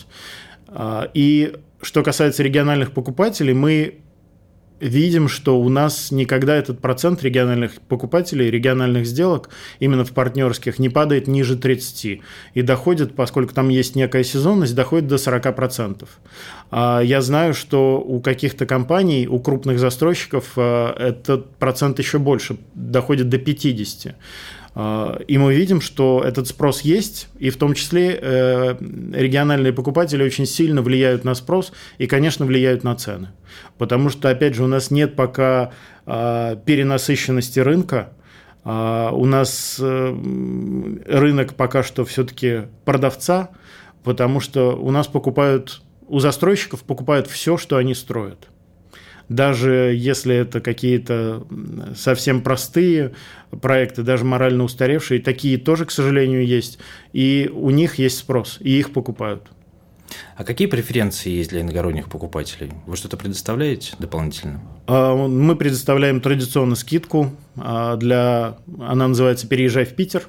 S2: И что касается региональных покупателей, мы видим, что у нас никогда этот процент региональных покупателей, региональных сделок именно в партнерских не падает ниже 30%. И доходит, поскольку там есть некая сезонность, доходит до 40%. Я знаю, что у каких-то компаний, у крупных застройщиков этот процент еще больше, доходит до 50%. И мы видим, что этот спрос есть, и в том числе региональные покупатели очень сильно влияют на спрос и, конечно, влияют на цены. Потому что, опять же, у нас нет пока перенасыщенности рынка, у нас рынок пока что все-таки продавца, потому что у нас у застройщиков покупают все, что они строят. Даже если это какие-то совсем простые проекты, даже морально устаревшие, такие тоже, к сожалению, есть. И у них есть спрос, и их покупают.
S1: А какие преференции есть для иногородних покупателей? Вы что-то предоставляете дополнительно?
S2: Мы предоставляем традиционно скидку. Она называется «Переезжай в Питер».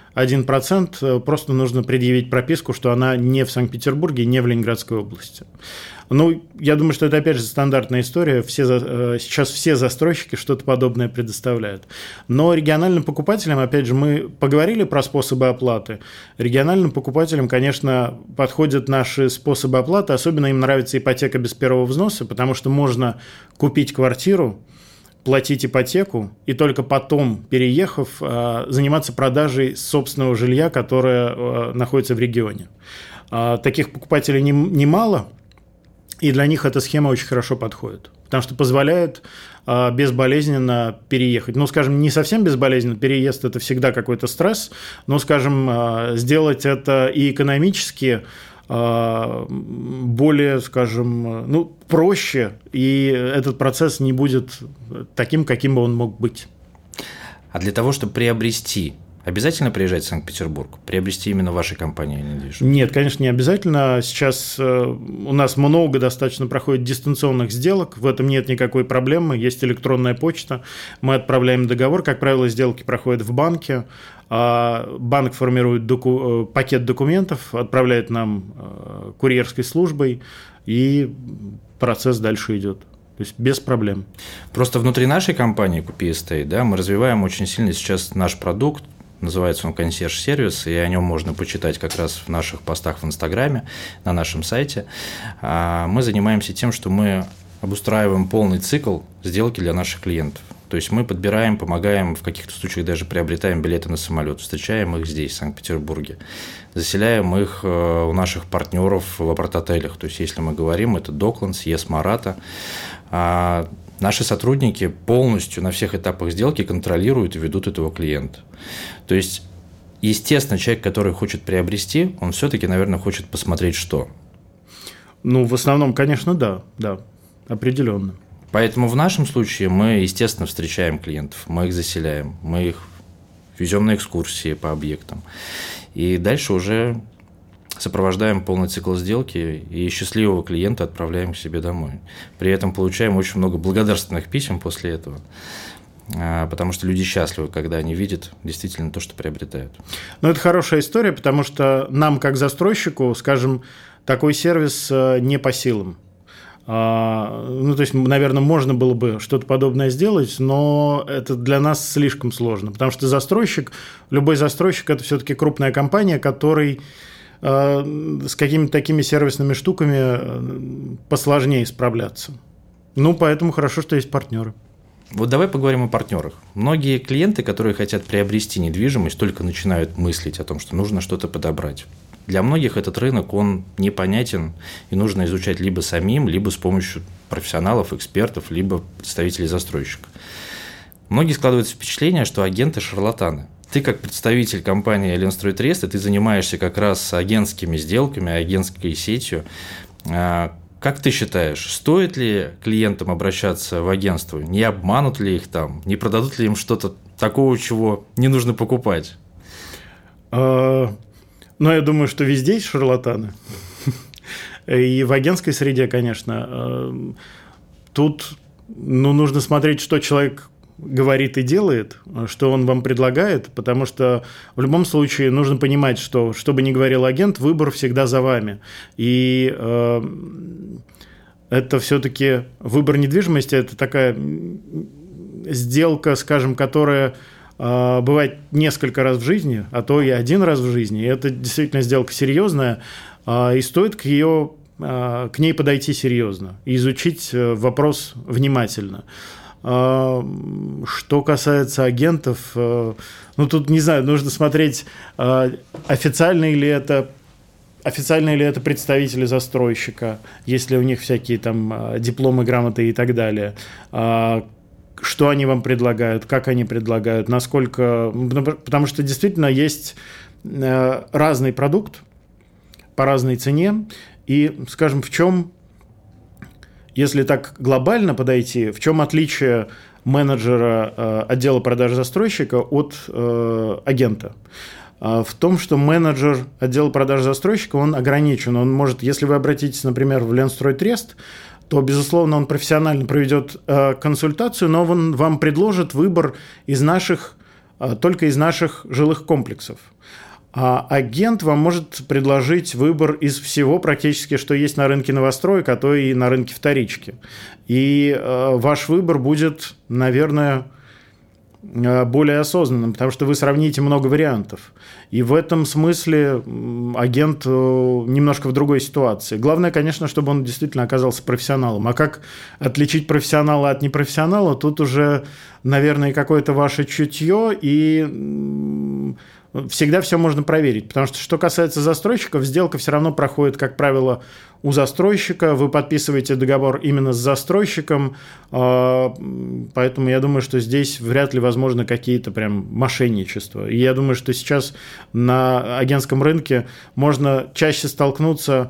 S2: 1%, просто нужно предъявить прописку, что она не в Санкт-Петербурге, не в Ленинградской области. Ну, я думаю, что это, опять же, стандартная история. Сейчас все застройщики что-то подобное предоставляют. Но региональным покупателям, опять же, мы поговорили про способы оплаты. Региональным покупателям, конечно, подходят наши способы оплаты. Особенно им нравится ипотека без первого взноса, потому что можно купить квартиру, платить ипотеку и только потом, переехав, заниматься продажей собственного жилья, которое находится в регионе. Таких покупателей немало, и для них эта схема очень хорошо подходит, потому что позволяет безболезненно переехать. Ну, скажем, не совсем безболезненно, переезд – это всегда какой-то стресс, но, скажем, сделать это и экономически более, скажем, проще, и этот процесс не будет таким, каким бы он мог быть.
S1: А для того, чтобы приобрести, обязательно приезжать в Санкт-Петербург? Приобрести именно в вашей компании недвижимость?
S2: Нет, конечно, не обязательно. Сейчас у нас много достаточно проходит дистанционных сделок, в этом нет никакой проблемы. Есть электронная почта, мы отправляем договор, как правило, сделки проходят в банке. Банк формирует пакет документов, отправляет нам курьерской службой, и процесс дальше идет. То есть без проблем.
S1: Просто внутри нашей компании Купи Estate, да, мы развиваем очень сильно сейчас наш продукт. Называется он «Консьерж-сервис», и о нем можно почитать как раз в наших постах в Инстаграме, на нашем сайте. Мы занимаемся тем, что мы обустраиваем полный цикл сделки для наших клиентов. То есть мы подбираем, помогаем, в каких-то случаях даже приобретаем билеты на самолет, встречаем их здесь, в Санкт-Петербурге, заселяем их у наших партнеров в апарт-отелях. То есть если мы говорим, это Docklands, ЕС Марата. Наши сотрудники полностью на всех этапах сделки контролируют и ведут этого клиента. То есть, естественно, человек, который хочет приобрести, он все-таки, наверное, хочет посмотреть, что.
S2: Ну, в основном, конечно, да, определенно.
S1: Поэтому в нашем случае мы, естественно, встречаем клиентов, мы их заселяем, мы их везем на экскурсии по объектам. И дальше уже сопровождаем полный цикл сделки и счастливого клиента отправляем к себе домой. При этом получаем очень много благодарственных писем после этого, потому что люди счастливы, когда они видят действительно то, что приобретают.
S2: Ну, это хорошая история, потому что нам, как застройщику, скажем, такой сервис не по силам. То есть, наверное, можно было бы что-то подобное сделать, но это для нас слишком сложно, потому что любой застройщик – это все-таки крупная компания, который с какими-то такими сервисными штуками посложнее справляться. Поэтому хорошо, что есть партнеры.
S1: Вот давай поговорим о партнерах. Многие клиенты, которые хотят приобрести недвижимость, только начинают мыслить о том, что нужно что-то подобрать. Для многих этот рынок, он непонятен, и нужно изучать либо самим, либо с помощью профессионалов, экспертов, либо представителей застройщика. Многие складываются впечатление, что агенты – шарлатаны. Ты как представитель компании Ленстройтрест, ты занимаешься как раз агентскими сделками, агентской сетью. Как ты считаешь, стоит ли клиентам обращаться в агентство? Не обманут ли их там? Не продадут ли им что-то такого, чего не нужно покупать?
S2: Я думаю, что везде есть шарлатаны. И в агентской среде, конечно. Тут нужно смотреть, что человек говорит и делает, что он вам предлагает, потому что в любом случае нужно понимать, что бы ни говорил агент, выбор всегда за вами. И это все-таки выбор недвижимости, это такая сделка, скажем, которая бывает несколько раз в жизни, а то и один раз в жизни. И это действительно сделка серьезная, и стоит к ней подойти серьезно, и изучить вопрос внимательно. Что касается агентов, тут, не знаю, нужно смотреть, официальные ли это представители застройщика, есть ли у них всякие там дипломы, грамоты и так далее, что они вам предлагают, как они предлагают, насколько... Потому что действительно есть разный продукт по разной цене, и, скажем, в чем... Если так глобально подойти, в чем отличие менеджера отдела продаж застройщика от агента? В том, что менеджер отдела продаж застройщика, он ограничен. Он может, если вы обратитесь, например, в Ленстройтрест, то, безусловно, он профессионально проведет консультацию, но он вам предложит выбор только из наших жилых комплексов. А агент вам может предложить выбор из всего практически, что есть на рынке новостроек, а то и на рынке вторички. И ваш выбор будет, наверное, более осознанным, потому что вы сравните много вариантов. И в этом смысле агент немножко в другой ситуации. Главное, конечно, чтобы он действительно оказался профессионалом. А как отличить профессионала от непрофессионала, тут уже, наверное, какое-то ваше чутье, и всегда все можно проверить. Потому что касается застройщиков, сделка все равно проходит, как правило, у застройщика. Вы подписываете договор именно с застройщиком. Поэтому я думаю, что здесь вряд ли возможны какие-то прям мошенничества. И я думаю, что сейчас на агентском рынке можно чаще столкнуться,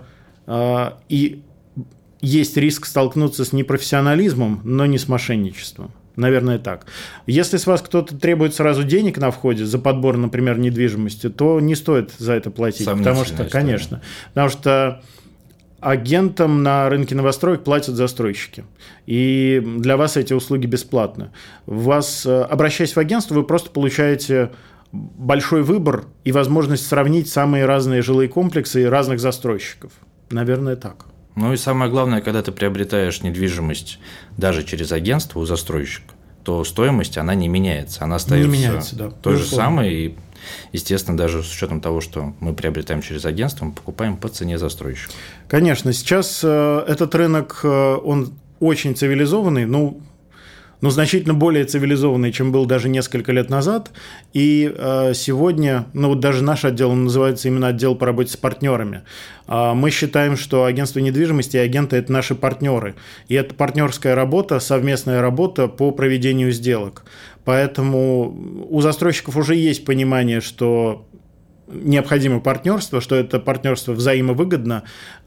S2: и есть риск столкнуться с непрофессионализмом, но не с мошенничеством. Наверное, так. Если с вас кто-то требует сразу денег на входе за подбор, например, недвижимости, то не стоит за это платить. Потому что, конечно, потому что агентам на рынке новостроек платят застройщики. И для вас эти услуги бесплатны. Обращаясь в агентство, вы просто получаете большой выбор и возможность сравнить самые разные жилые комплексы и разных застройщиков. Наверное, так.
S1: Ну и самое главное, когда ты приобретаешь недвижимость даже через агентство у застройщика, то стоимость, она не меняется. Она остается той же самой. И, естественно, даже с учетом того, что мы приобретаем через агентство, мы покупаем по цене застройщика.
S2: Конечно, сейчас этот рынок, он очень цивилизованный, значительно более цивилизованный, чем был даже несколько лет назад. И сегодня, даже наш отдел, он называется именно отдел по работе с партнерами. Мы считаем, что агентство недвижимости и агенты – это наши партнеры. И это партнерская работа, совместная работа по проведению сделок. Поэтому у застройщиков уже есть понимание, что необходимо партнерство, что это партнерство взаимовыгодно,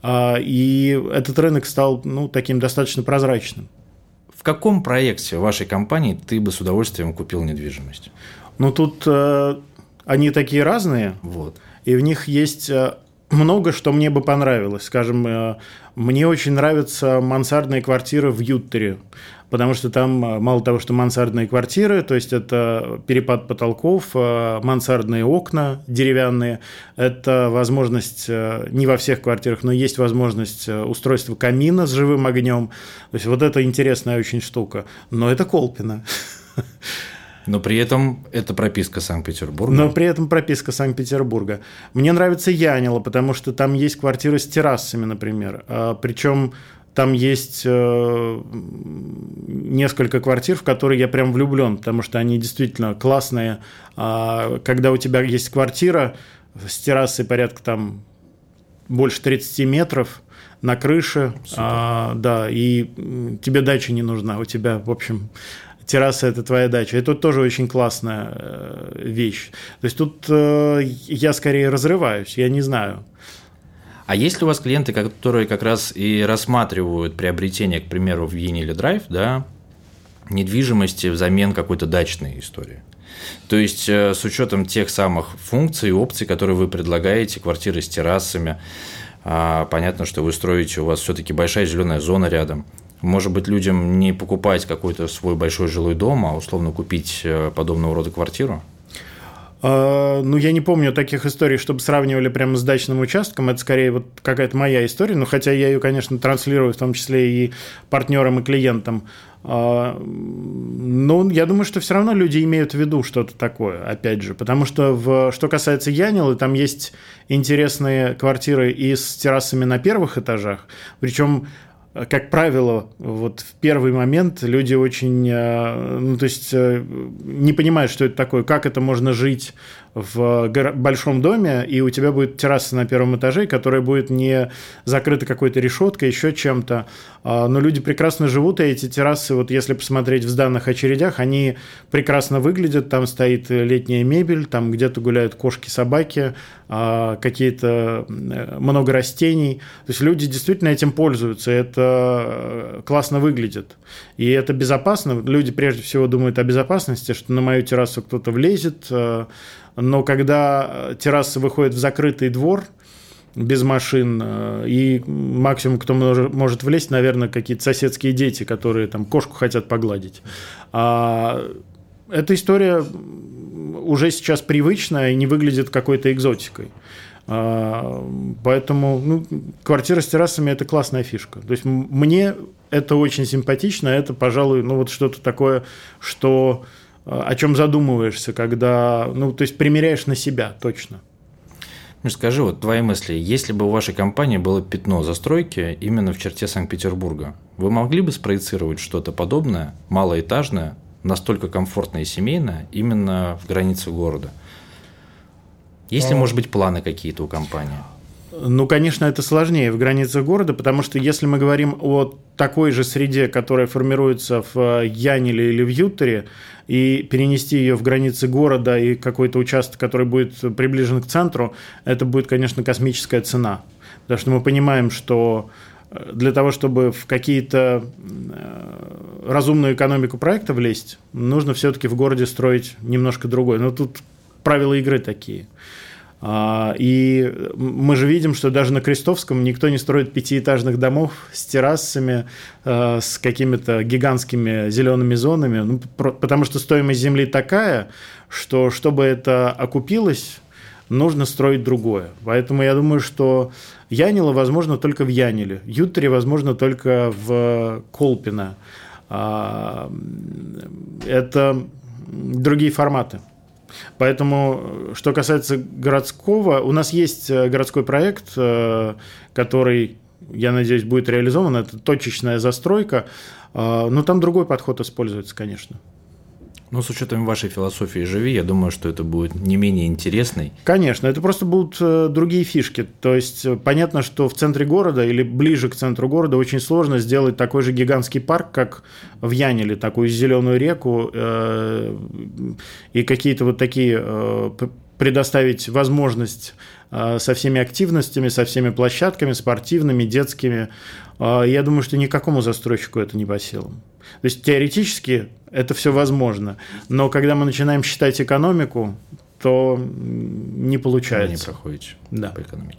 S2: и этот рынок стал таким достаточно прозрачным.
S1: В каком проекте вашей компании ты бы с удовольствием купил недвижимость?
S2: Тут они такие разные, и в них есть много, что мне бы понравилось. Скажем, мне очень нравятся мансардные квартиры в Юттере, потому что там мало того, что мансардные квартиры, то есть это перепад потолков, мансардные окна деревянные, это возможность, не во всех квартирах, но есть возможность устройства камина с живым огнем. То есть это интересная очень штука. Но это Колпино.
S1: Но при этом это прописка Санкт-Петербурга.
S2: Мне нравится Янила, потому что там есть квартиры с террасами, например. Причем там есть несколько квартир, в которые я прям влюблен, потому что они действительно классные. Когда у тебя есть квартира с террасой порядка там больше 30 метров, на крыше, да, и тебе дача не нужна, у тебя, в общем, терраса – это твоя дача. Это тоже очень классная вещь. То есть тут я скорее разрываюсь, я не знаю.
S1: А есть ли у вас клиенты, которые как раз и рассматривают приобретение, к примеру, в Ениле Драйв, да, недвижимости взамен какой-то дачной истории? То есть с учетом тех самых функций и опций, которые вы предлагаете, квартиры с террасами, понятно, что вы строите, у вас все-таки большая зеленая зона рядом. Может быть, людям не покупать какой-то свой большой жилой дом, а условно купить подобного рода квартиру?
S2: Ну, я не помню таких историй, чтобы сравнивали прямо с дачным участком. Это скорее вот какая-то моя история. Но хотя я ее, конечно, транслирую, в том числе и партнерам, и клиентам. Но я думаю, что все равно люди имеют в виду что-то такое, опять же. Потому что, что касается Янилы, там есть интересные квартиры и с террасами на первых этажах. Причем, как правило, вот в первый момент люди очень, ну, то есть не понимают, что это такое, как это можно жить в большом доме, и у тебя будет терраса на первом этаже, которая будет не закрыта какой-то решеткой, еще чем-то. Но люди прекрасно живут, и эти террасы, вот если посмотреть в сданных очередях, они прекрасно выглядят, там стоит летняя мебель, там где-то гуляют кошки, собаки, какие-то много растений. То есть люди действительно этим пользуются, это классно выглядит. И это безопасно. Люди прежде всего думают о безопасности, что на мою террасу кто-то влезет. Но когда терраса выходит в закрытый двор без машин, и максимум, кто может влезть, наверное, какие-то соседские дети, которые там кошку хотят погладить. Эта история уже сейчас привычная и не выглядит какой-то экзотикой. Поэтому квартира с террасами – это классная фишка. То есть мне это очень симпатично, это, пожалуй, вот что-то такое, что... о чем задумываешься, когда, то есть примеряешь на себя точно.
S1: Скажи, вот твои мысли, если бы у вашей компании было пятно застройки именно в черте Санкт-Петербурга, вы могли бы спроецировать что-то подобное, малоэтажное, настолько комфортное и семейное, именно в границах города? Есть ли, может быть, планы какие-то у компании?
S2: Конечно, это сложнее в границах города, потому что если мы говорим о такой же среде, которая формируется в Яниле или в Ютере, и перенести ее в границы города и какой-то участок, который будет приближен к центру, это будет, конечно, космическая цена. Потому что мы понимаем, что для того, чтобы в какие-то разумную экономику проекта влезть, нужно все-таки в городе строить немножко другое. Но тут правила игры такие. И мы же видим, что даже на Крестовском никто не строит пятиэтажных домов с террасами, с какими-то гигантскими зелеными зонами, потому что стоимость земли такая, что чтобы это окупилось, нужно строить другое. Поэтому я думаю, что Янила возможно только в Яниле, Ютере возможно только в Колпино. Это другие форматы. Поэтому, что касается городского, у нас есть городской проект, который, я надеюсь, будет реализован. Это точечная застройка, но там другой подход используется, конечно.
S1: С учетом вашей философии «Живи», я думаю, что это будет не менее интересный.
S2: Конечно, это просто будут другие фишки. То есть, понятно, что в центре города или ближе к центру города очень сложно сделать такой же гигантский парк, как в Яниле, такую зеленую реку и какие-то вот такие предоставить возможность со всеми активностями, со всеми площадками спортивными, детскими. Я думаю, что никакому застройщику это не по силам. То есть теоретически это все возможно, но когда мы начинаем считать экономику, то не получается.
S1: Вы не проходите по экономике.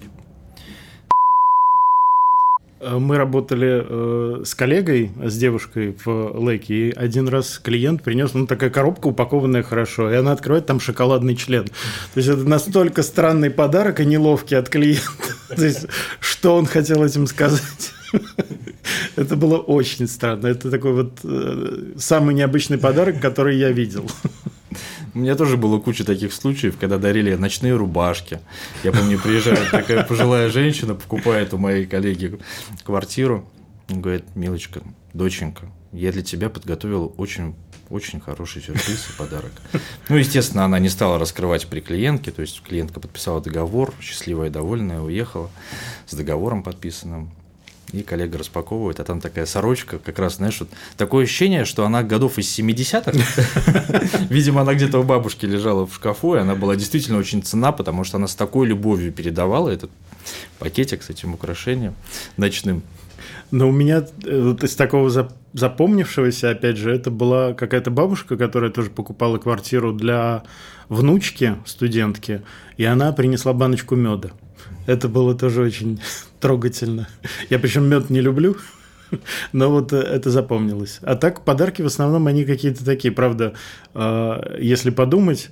S2: Мы работали с коллегой, с девушкой в Лейке, и один раз клиент принес, такая коробка упакованная хорошо, и она открывает, там шоколадный член. То есть это настолько странный подарок и неловкий от клиента. То есть что он хотел этим сказать? Это было очень странно. Это такой вот самый необычный подарок, который я видел.
S1: У меня тоже было куча таких случаев, когда дарили ночные рубашки. Я помню, приезжает такая пожилая женщина, покупает у моей коллеги квартиру. Он говорит: милочка, доченька, я для тебя подготовил очень, очень хороший сюрприз и подарок. Естественно, она не стала раскрывать при клиентке. То есть клиентка подписала договор, счастливая и довольная, уехала с договором подписанным. И коллега распаковывает, а там такая сорочка, как раз, знаешь, вот такое ощущение, что она годов из 70-х. Видимо, она где-то у бабушки лежала в шкафу, и она была действительно очень ценна, потому что она с такой любовью передавала этот пакетик с этим украшением ночным.
S2: Но у меня вот из такого запомнившегося, опять же, это была какая-то бабушка, которая тоже покупала квартиру для внучки, студентки, и она принесла баночку меда. Это было тоже очень трогательно. Я причем мед не люблю, но вот это запомнилось. А так подарки в основном они какие-то такие. Правда, если подумать,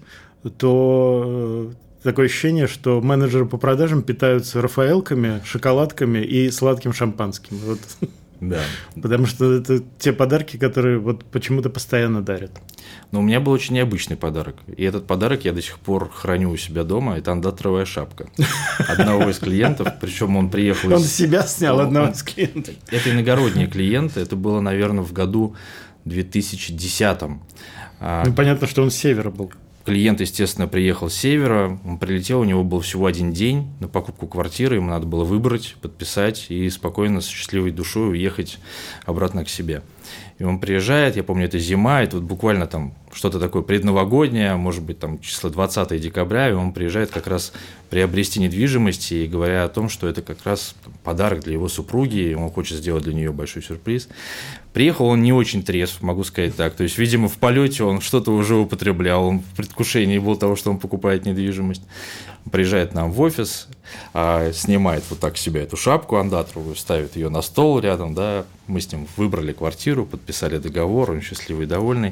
S2: то такое ощущение, что менеджеры по продажам питаются рафаэлками, шоколадками и сладким шампанским. Вот.
S1: Да.
S2: Потому что это те подарки, которые вот почему-то постоянно дарят.
S1: Но у меня был очень необычный подарок. И этот подарок я до сих пор храню у себя дома. Это андатровая шапка одного из клиентов. Причем он приехал
S2: Он себя снял, одного из клиентов.
S1: Это иногородние клиенты. Это было, наверное, в году 2010.
S2: Ну, понятно, что он с севера был.
S1: Клиент, естественно, приехал с севера, он прилетел, у него был всего один день на покупку квартиры, ему надо было выбрать, подписать и спокойно, с счастливой душой уехать обратно к себе. И он приезжает, я помню, это зима, это вот буквально там что-то такое предновогоднее, может быть, там число 20 декабря, и он приезжает как раз приобрести недвижимость, и говоря о том, что это как раз подарок для его супруги, и он хочет сделать для нее большой сюрприз. Приехал он не очень трезв, могу сказать так, то есть, видимо, в полете он что-то уже употреблял, он в предвкушении был того, что он покупает недвижимость. Приезжает нам в офис, снимает вот так себе эту шапку андатровую, ставит ее на стол рядом, да, мы с ним выбрали квартиру, подписали договор, он счастливый и довольный.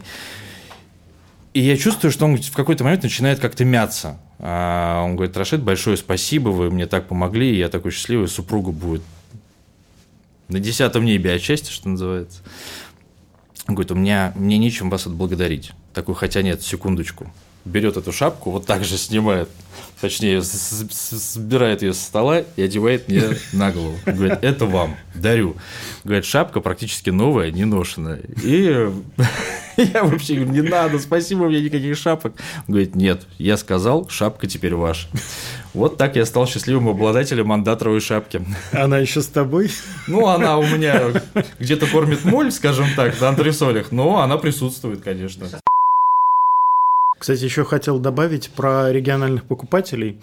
S1: И я чувствую, что он в какой-то момент начинает как-то мяться. Он говорит: Рашид, большое спасибо, вы мне так помогли, я такой счастливый, супруга будет на 10-м небе от счастья, что называется. Он говорит: мне нечем вас отблагодарить. Такой: хотя нет, секундочку. Берет эту шапку, вот так же снимает, точнее, собирает ее со стола и одевает мне на голову. Говорит: это вам, дарю. Говорит: шапка практически новая, не ношенная. И я вообще говорю: не надо, спасибо, у меня никаких шапок. Он говорит: нет, я сказал, шапка теперь ваша. Вот так я стал счастливым обладателем андатровой шапки.
S2: Она еще с тобой?
S1: Ну, она у меня где-то кормит моль, скажем так, на антресолях, но она присутствует, конечно.
S2: Кстати, еще хотел добавить про региональных покупателей,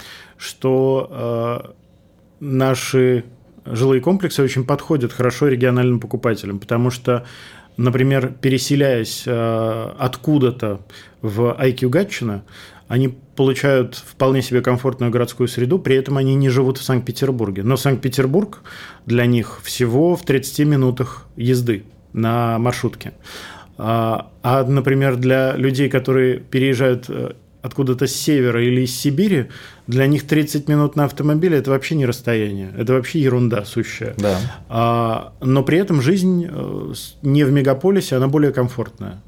S2: что наши жилые комплексы очень подходят хорошо региональным покупателям, потому что, например, переселяясь откуда-то в IQ Гатчина, они получают вполне себе комфортную городскую среду, при этом они не живут в Санкт-Петербурге. Но Санкт-Петербург для них всего в 30 минутах езды на маршрутке. Например, для людей, которые переезжают откуда-то с севера или из Сибири, для них 30 минут на автомобиле – это вообще не расстояние, это вообще ерунда сущая.
S1: Да.
S2: Но при этом жизнь не в мегаполисе, она более комфортная.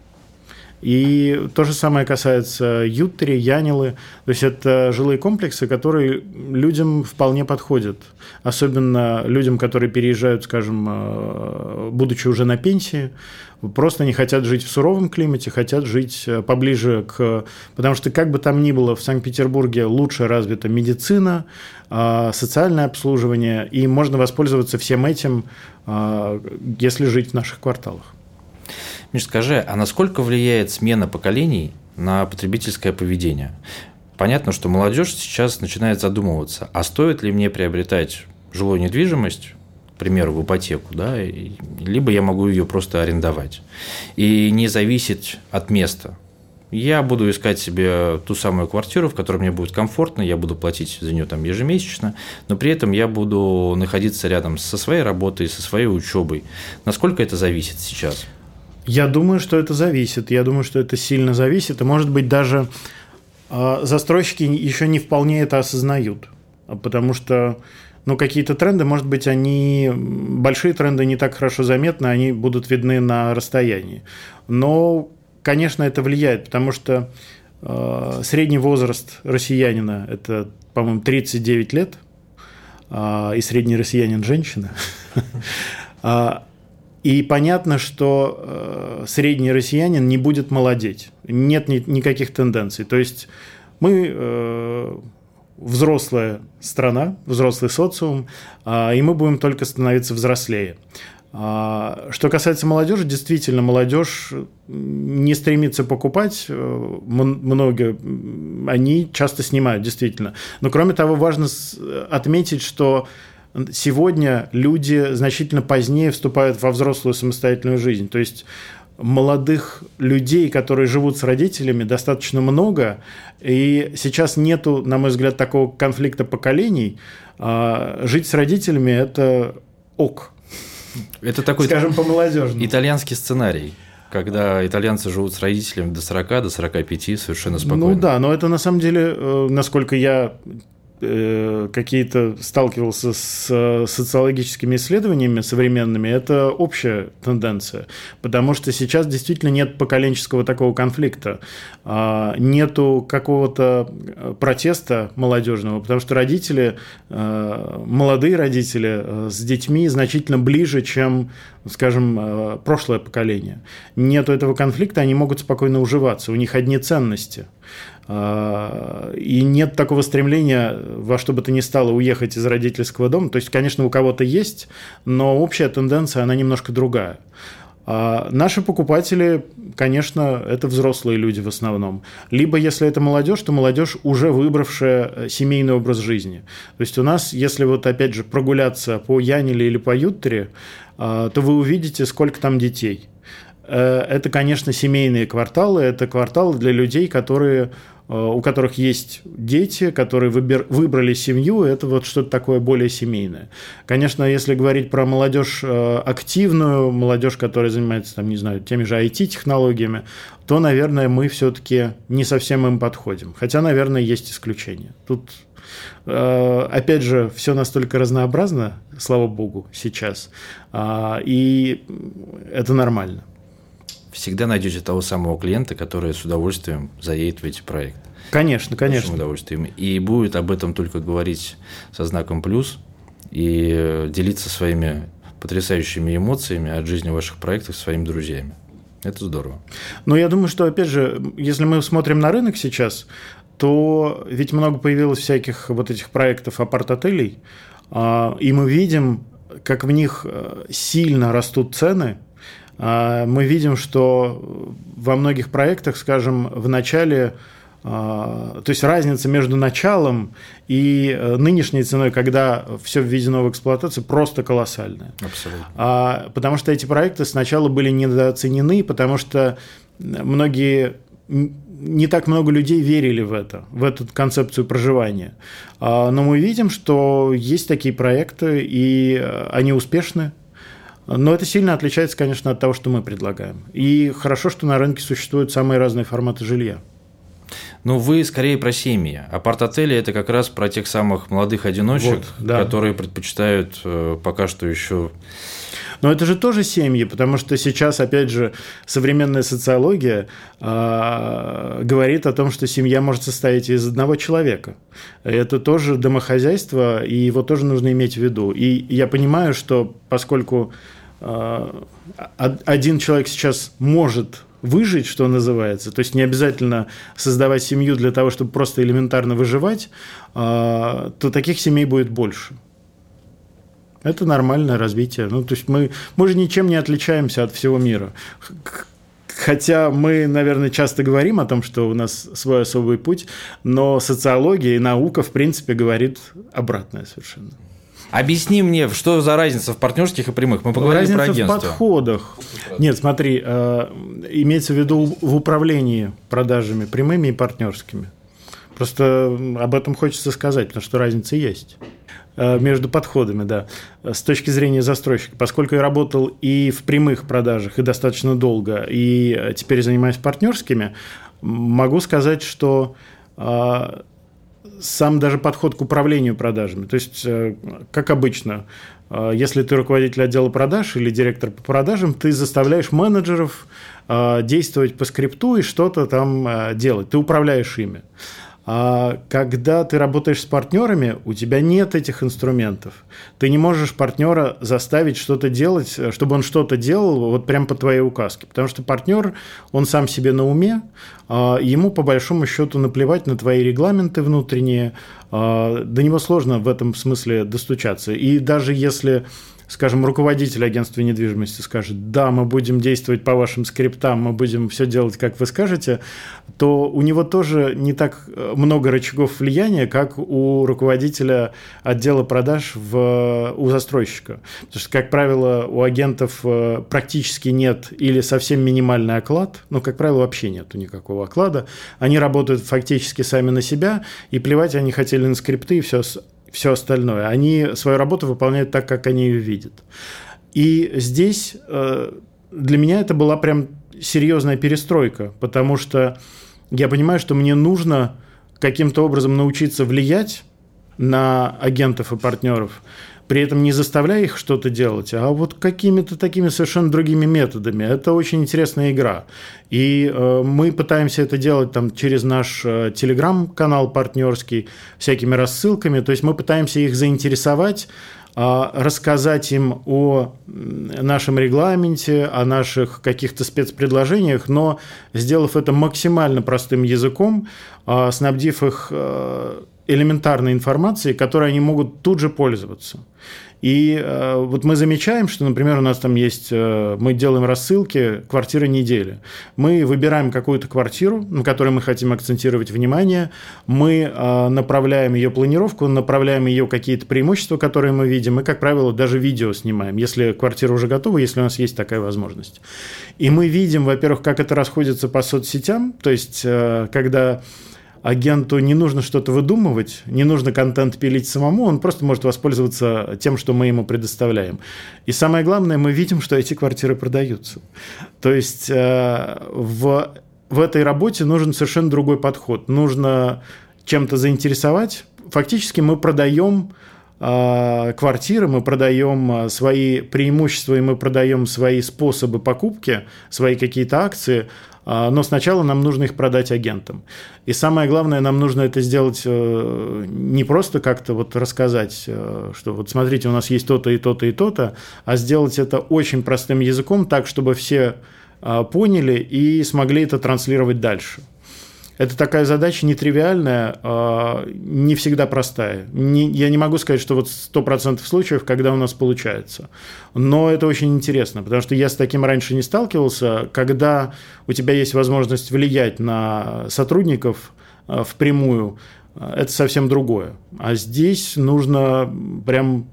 S2: И то же самое касается Юттери, Янилы. То есть это жилые комплексы, которые людям вполне подходят. Особенно людям, которые переезжают, скажем, будучи уже на пенсии, просто не хотят жить в суровом климате, хотят жить поближе к... Потому что как бы там ни было, в Санкт-Петербурге лучше развита медицина, социальное обслуживание, и можно воспользоваться всем этим, если жить в наших кварталах.
S1: Миш, скажи, а насколько влияет смена поколений на потребительское поведение? Понятно, что молодежь сейчас начинает задумываться, а стоит ли мне приобретать жилую недвижимость, к примеру, в ипотеку, да, либо я могу ее просто арендовать. И не зависеть от места. Я буду искать себе ту самую квартиру, в которой мне будет комфортно, я буду платить за нее там ежемесячно, но при этом я буду находиться рядом со своей работой, со своей учебой. Насколько это зависит сейчас?
S2: Я думаю, что это зависит. Я думаю, что это сильно зависит. И, может быть, даже застройщики еще не вполне это осознают. Потому что какие-то тренды, может быть, большие тренды не так хорошо заметны, они будут видны на расстоянии. Но, конечно, это влияет, потому что средний возраст россиянина – это, по-моему, 39 лет, и средний россиянин – женщина. И понятно, что средний россиянин не будет молодеть. Нет никаких тенденций. То есть мы взрослая страна, взрослый социум, и мы будем только становиться взрослее. Что касается молодежи, действительно, молодежь не стремится покупать, много, они часто снимают, действительно. Но, кроме того, важно отметить, что сегодня люди значительно позднее вступают во взрослую самостоятельную жизнь. То есть молодых людей, которые живут с родителями, достаточно много, и сейчас нету, на мой взгляд, такого конфликта поколений. Жить с родителями – это ок.
S1: Это такой,
S2: скажем, по-молодежному.
S1: Итальянский сценарий, когда итальянцы живут с родителями до 40, до 45 совершенно спокойно.
S2: Ну да, но это на самом деле, насколько я какие-то сталкивался с социологическими исследованиями современными, это общая тенденция, потому что сейчас действительно нет поколенческого такого конфликта, нету какого-то протеста молодежного, потому что родители, молодые родители с детьми значительно ближе, чем, скажем, прошлое поколение. Нету этого конфликта, они могут спокойно уживаться, у них одни ценности. И нет такого стремления во что бы то ни стало уехать из родительского дома. То есть, конечно, у кого-то есть, но общая тенденция, она немножко другая. Наши покупатели, конечно, это взрослые люди в основном. Либо, если это молодежь, то молодежь, уже выбравшая семейный образ жизни. То есть у нас, если вот опять же прогуляться по Янеле или по Юттере, то вы увидите, сколько там детей. Это, конечно, семейные кварталы, это кварталы для людей, у которых есть дети, которые выбрали семью, это вот что-то такое более семейное. Конечно, если говорить про молодежь активную, молодежь, которая занимается, там, не знаю, теми же IT-технологиями, то, наверное, мы все-таки не совсем им подходим. Хотя, наверное, есть исключения. Тут, опять же, все настолько разнообразно, слава богу, сейчас, и это нормально.
S1: Всегда найдете того самого клиента, который с удовольствием заедет в эти проекты.
S2: Конечно, конечно.
S1: С удовольствием. И будет об этом только говорить со знаком плюс и делиться своими потрясающими эмоциями от жизни в ваших проектах со своими друзьями. Это здорово.
S2: Но я думаю, что, опять же, если мы смотрим на рынок сейчас, то ведь много появилось всяких вот этих проектов апарт-отелей, и мы видим, как в них сильно растут цены. Мы видим, что во многих проектах, скажем, в начале, то есть разница между началом и нынешней ценой, когда все введено в эксплуатацию, просто колоссальная.
S1: Абсолютно.
S2: Потому что эти проекты сначала были недооценены, потому что не так много людей верили в эту концепцию проживания. Но мы видим, что есть такие проекты, и они успешны. Но это сильно отличается, конечно, от того, что мы предлагаем. И хорошо, что на рынке существуют самые разные форматы жилья.
S1: Ну, вы скорее про семьи. Апарт-отели – это как раз про тех самых молодых одиночек, вот, да, которые предпочитают пока что еще…
S2: Но это же тоже семьи, потому что сейчас, опять же, современная социология говорит о том, что семья может состоять из одного человека. Это тоже домохозяйство, и его тоже нужно иметь в виду. И я понимаю, что поскольку один человек сейчас может выжить, что называется, то есть не обязательно создавать семью для того, чтобы просто элементарно выживать, то таких семей будет больше. Это нормальное развитие. Ну, то есть мы же ничем не отличаемся от всего мира. Хотя мы, наверное, часто говорим о том, что у нас свой особый путь, но социология и наука, в принципе, говорит обратное совершенно.
S1: Объясни мне, что за разница в партнерских и прямых? Мы поговорили про агентство.
S2: Разница в подходах. Нет, смотри, имеется в виду в управлении продажами прямыми и партнерскими. Просто об этом хочется сказать, потому что разница есть. Между подходами, да, с точки зрения застройщика. Поскольку я работал и в прямых продажах, и достаточно долго, и теперь занимаюсь партнерскими, могу сказать, что сам даже подход к управлению продажами, то есть, как обычно, если ты руководитель отдела продаж или директор по продажам, ты заставляешь менеджеров действовать по скрипту и что-то там делать, ты управляешь ими. А когда ты работаешь с партнерами, у тебя нет этих инструментов. Ты не можешь партнера заставить что-то делать, чтобы он что-то делал вот прям по твоей указке. Потому что партнер, он сам себе на уме, ему по большому счету наплевать на твои регламенты внутренние, до него сложно в этом смысле достучаться. И даже если, скажем, руководитель агентства недвижимости скажет: да, мы будем действовать по вашим скриптам, мы будем все делать, как вы скажете, то у него тоже не так много рычагов влияния, как у руководителя отдела продаж у застройщика. Потому что, как правило, у агентов практически нет или совсем минимальный оклад, как правило, вообще нету никакого оклада. Они работают фактически сами на себя, и плевать они хотели на скрипты и все остальное. Они свою работу выполняют так, как они ее видят. И здесь для меня это была прям серьезная перестройка, потому что я понимаю, что мне нужно каким-то образом научиться влиять на агентов и партнеров, при этом не заставляя их что-то делать, а вот какими-то такими совершенно другими методами. Это очень интересная игра. И мы пытаемся это делать там через наш телеграм-канал партнерский, всякими рассылками. То есть мы пытаемся их заинтересовать, рассказать им о нашем регламенте, о наших каких-то спецпредложениях, но сделав это максимально простым языком, снабдив их элементарной информацией, которой они могут тут же пользоваться. И вот мы замечаем, что, например, у нас там есть, мы делаем рассылки «Квартира недели». Мы выбираем какую-то квартиру, на которой мы хотим акцентировать внимание, мы направляем ее планировку, направляем ее какие-то преимущества, которые мы видим, и, как правило, даже видео снимаем, если квартира уже готова, если у нас есть такая возможность. И мы видим, во-первых, как это расходится по соцсетям, то есть когда агенту не нужно что-то выдумывать, не нужно контент пилить самому, он просто может воспользоваться тем, что мы ему предоставляем. И самое главное, мы видим, что эти квартиры продаются. То есть в этой работе нужен совершенно другой подход. Нужно чем-то заинтересовать. Фактически мы продаем квартиры, мы продаем свои преимущества, и мы продаем свои способы покупки, свои какие-то акции, но сначала нам нужно их продать агентам. И самое главное, нам нужно это сделать не просто как-то вот рассказать, что вот смотрите, у нас есть то-то и то-то и то-то, а сделать это очень простым языком, так, чтобы все поняли и смогли это транслировать дальше. Это такая задача нетривиальная, не всегда простая. Я не могу сказать, что вот 100% случаев, когда у нас получается. Но это очень интересно, потому что я с таким раньше не сталкивался. Когда у тебя есть возможность влиять на сотрудников впрямую, это совсем другое. А здесь нужно прям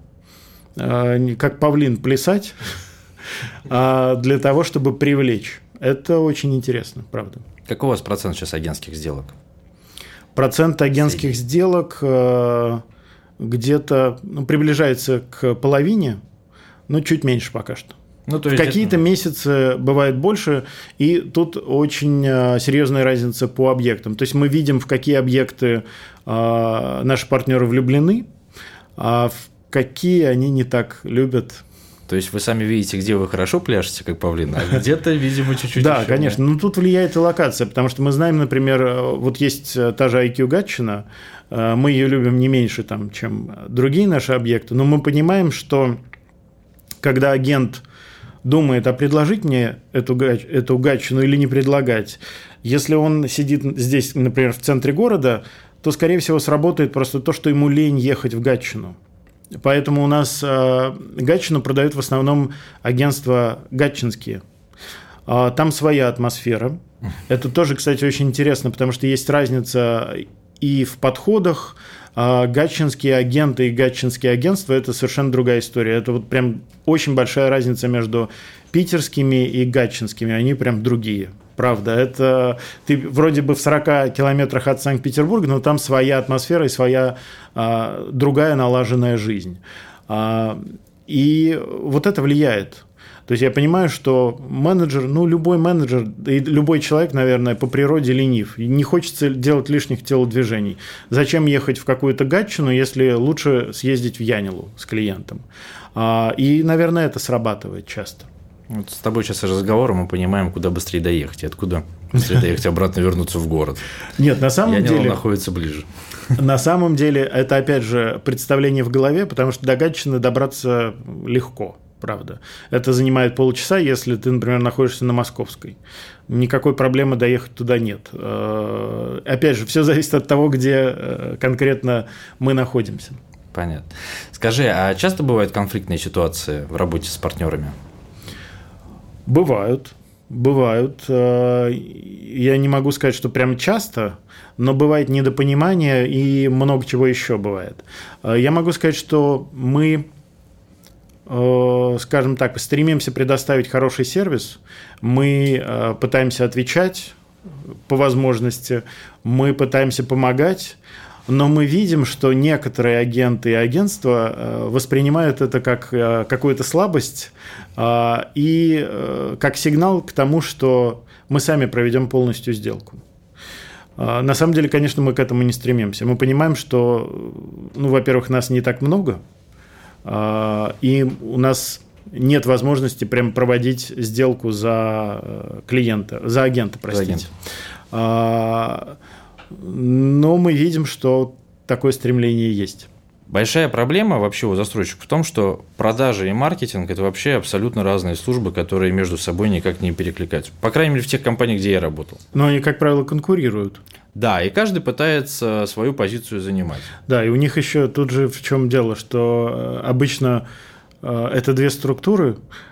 S2: как павлин плясать для того, чтобы привлечь. Это очень интересно, правда.
S1: Какой у вас процент сейчас агентских сделок?
S2: Процент агентских сделок где-то приближается к половине, но чуть меньше пока что. То есть какие-то месяцы бывает больше, и тут очень серьезная разница по объектам. То есть мы видим, в какие объекты наши партнеры влюблены, а в какие они не так любят.
S1: То есть вы сами видите, где вы хорошо пляшете, как павлин, а где-то, видимо, чуть-чуть.
S2: Да, конечно. Но тут влияет и локация, потому что мы знаем, например, вот есть та же IQ Гатчина, мы ее любим не меньше, чем другие наши объекты, но мы понимаем, что когда агент думает, а предложить мне эту Гатчину или не предлагать, если он сидит здесь, например, в центре города, то, скорее всего, сработает просто то, что ему лень ехать в Гатчину. Поэтому у нас Гатчину продают в основном агентства гатчинские. Там своя атмосфера. Это тоже, кстати, очень интересно, потому что есть разница и в подходах. Гатчинские агенты и гатчинские агентства – это совершенно другая история. Это вот прям очень большая разница между питерскими и гатчинскими. Они прям другие. Правда, это ты вроде бы в 40 километрах от Санкт-Петербурга, но там своя атмосфера и своя другая налаженная жизнь. И вот это влияет. То есть я понимаю, что менеджер, любой менеджер, и любой человек, наверное, по природе ленив. Не хочется делать лишних телодвижений. Зачем ехать в какую-то Гатчину, если лучше съездить в Янилу с клиентом? И, наверное, это срабатывает часто.
S1: Вот с тобой сейчас разговор, мы понимаем, куда быстрее доехать и откуда если доехать обратно, вернуться в город.
S2: Нет, на самом деле...
S1: Янилово находится ближе.
S2: На самом деле, это, опять же, представление в голове, потому что до Гатчины добраться легко, правда. Это занимает полчаса, если ты, например, находишься на Московской. Никакой проблемы доехать туда нет. Опять же, все зависит от того, где конкретно мы находимся.
S1: Понятно. Скажи, а часто бывают конфликтные ситуации в работе с партнерами?
S2: Бывают. Я не могу сказать, что прям часто, но бывает недопонимание и много чего еще бывает. Я могу сказать, что мы, скажем так, стремимся предоставить хороший сервис, мы пытаемся отвечать по возможности, мы пытаемся помогать, но мы видим, что некоторые агенты и агентства воспринимают это как какую-то слабость и как сигнал к тому, что мы сами проведем полностью сделку. На самом деле, конечно, мы к этому не стремимся. Мы понимаем, что, во-первых, нас не так много, и у нас нет возможности прям проводить сделку за клиента, за агента, простите. Но мы видим, что такое стремление есть.
S1: Большая проблема вообще у застройщиков в том, что продажи и маркетинг – это вообще абсолютно разные службы, которые между собой никак не перекликаются. По крайней мере, в тех компаниях, где я работал.
S2: Но они, как правило, конкурируют.
S1: Да, и каждый пытается свою позицию занимать.
S2: Да, и у них еще тут же в чем дело, что обычно это две структуры,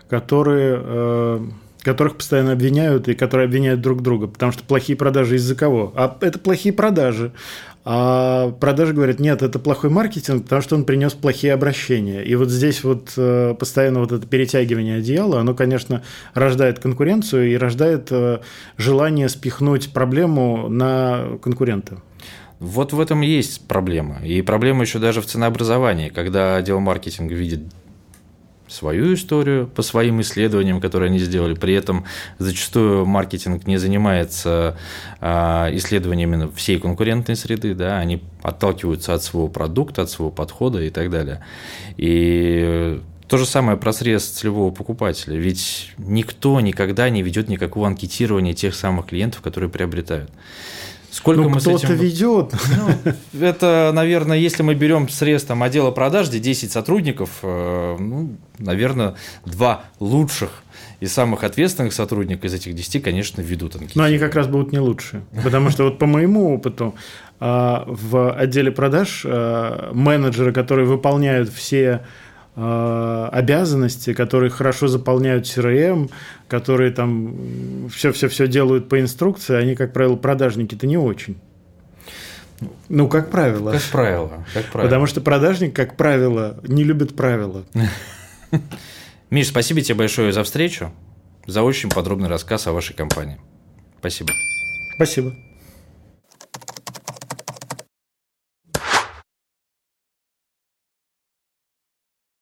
S2: которых постоянно обвиняют и которые обвиняют друг друга, потому что плохие продажи из-за кого? А это плохие продажи. А продажи говорят, нет, это плохой маркетинг, потому что он принес плохие обращения. И вот здесь вот постоянно вот это перетягивание одеяла, оно, конечно, рождает конкуренцию и рождает желание спихнуть проблему на конкурента.
S1: Вот в этом и есть проблема. И проблема еще даже в ценообразовании, когда отдел маркетинга видит свою историю по своим исследованиям, которые они сделали. При этом зачастую маркетинг не занимается исследованиями всей конкурентной среды, да, они отталкиваются от своего продукта, от своего подхода и так далее. И то же самое про срез целевого покупателя. Ведь никто никогда не ведет никакого анкетирования тех самых клиентов, которые приобретают. Сколько мы
S2: кто-то ведет.
S1: Это, наверное, если мы берем срез там, отдела продаж, где 10 сотрудников, наверное, 2 лучших и самых ответственных сотрудника из этих 10, конечно, ведут анкетирование.
S2: Но они как раз будут не лучшие. Потому что вот по моему опыту в отделе продаж менеджеры, которые выполняют все обязанности, которые хорошо заполняют CRM, которые там все делают по инструкции, они, как правило, продажники-то не очень. Как правило.
S1: Как правило.
S2: Потому что продажник, как правило, не любит правила.
S1: Миш, спасибо тебе большое за встречу, за очень подробный рассказ о вашей компании. Спасибо.
S2: Спасибо.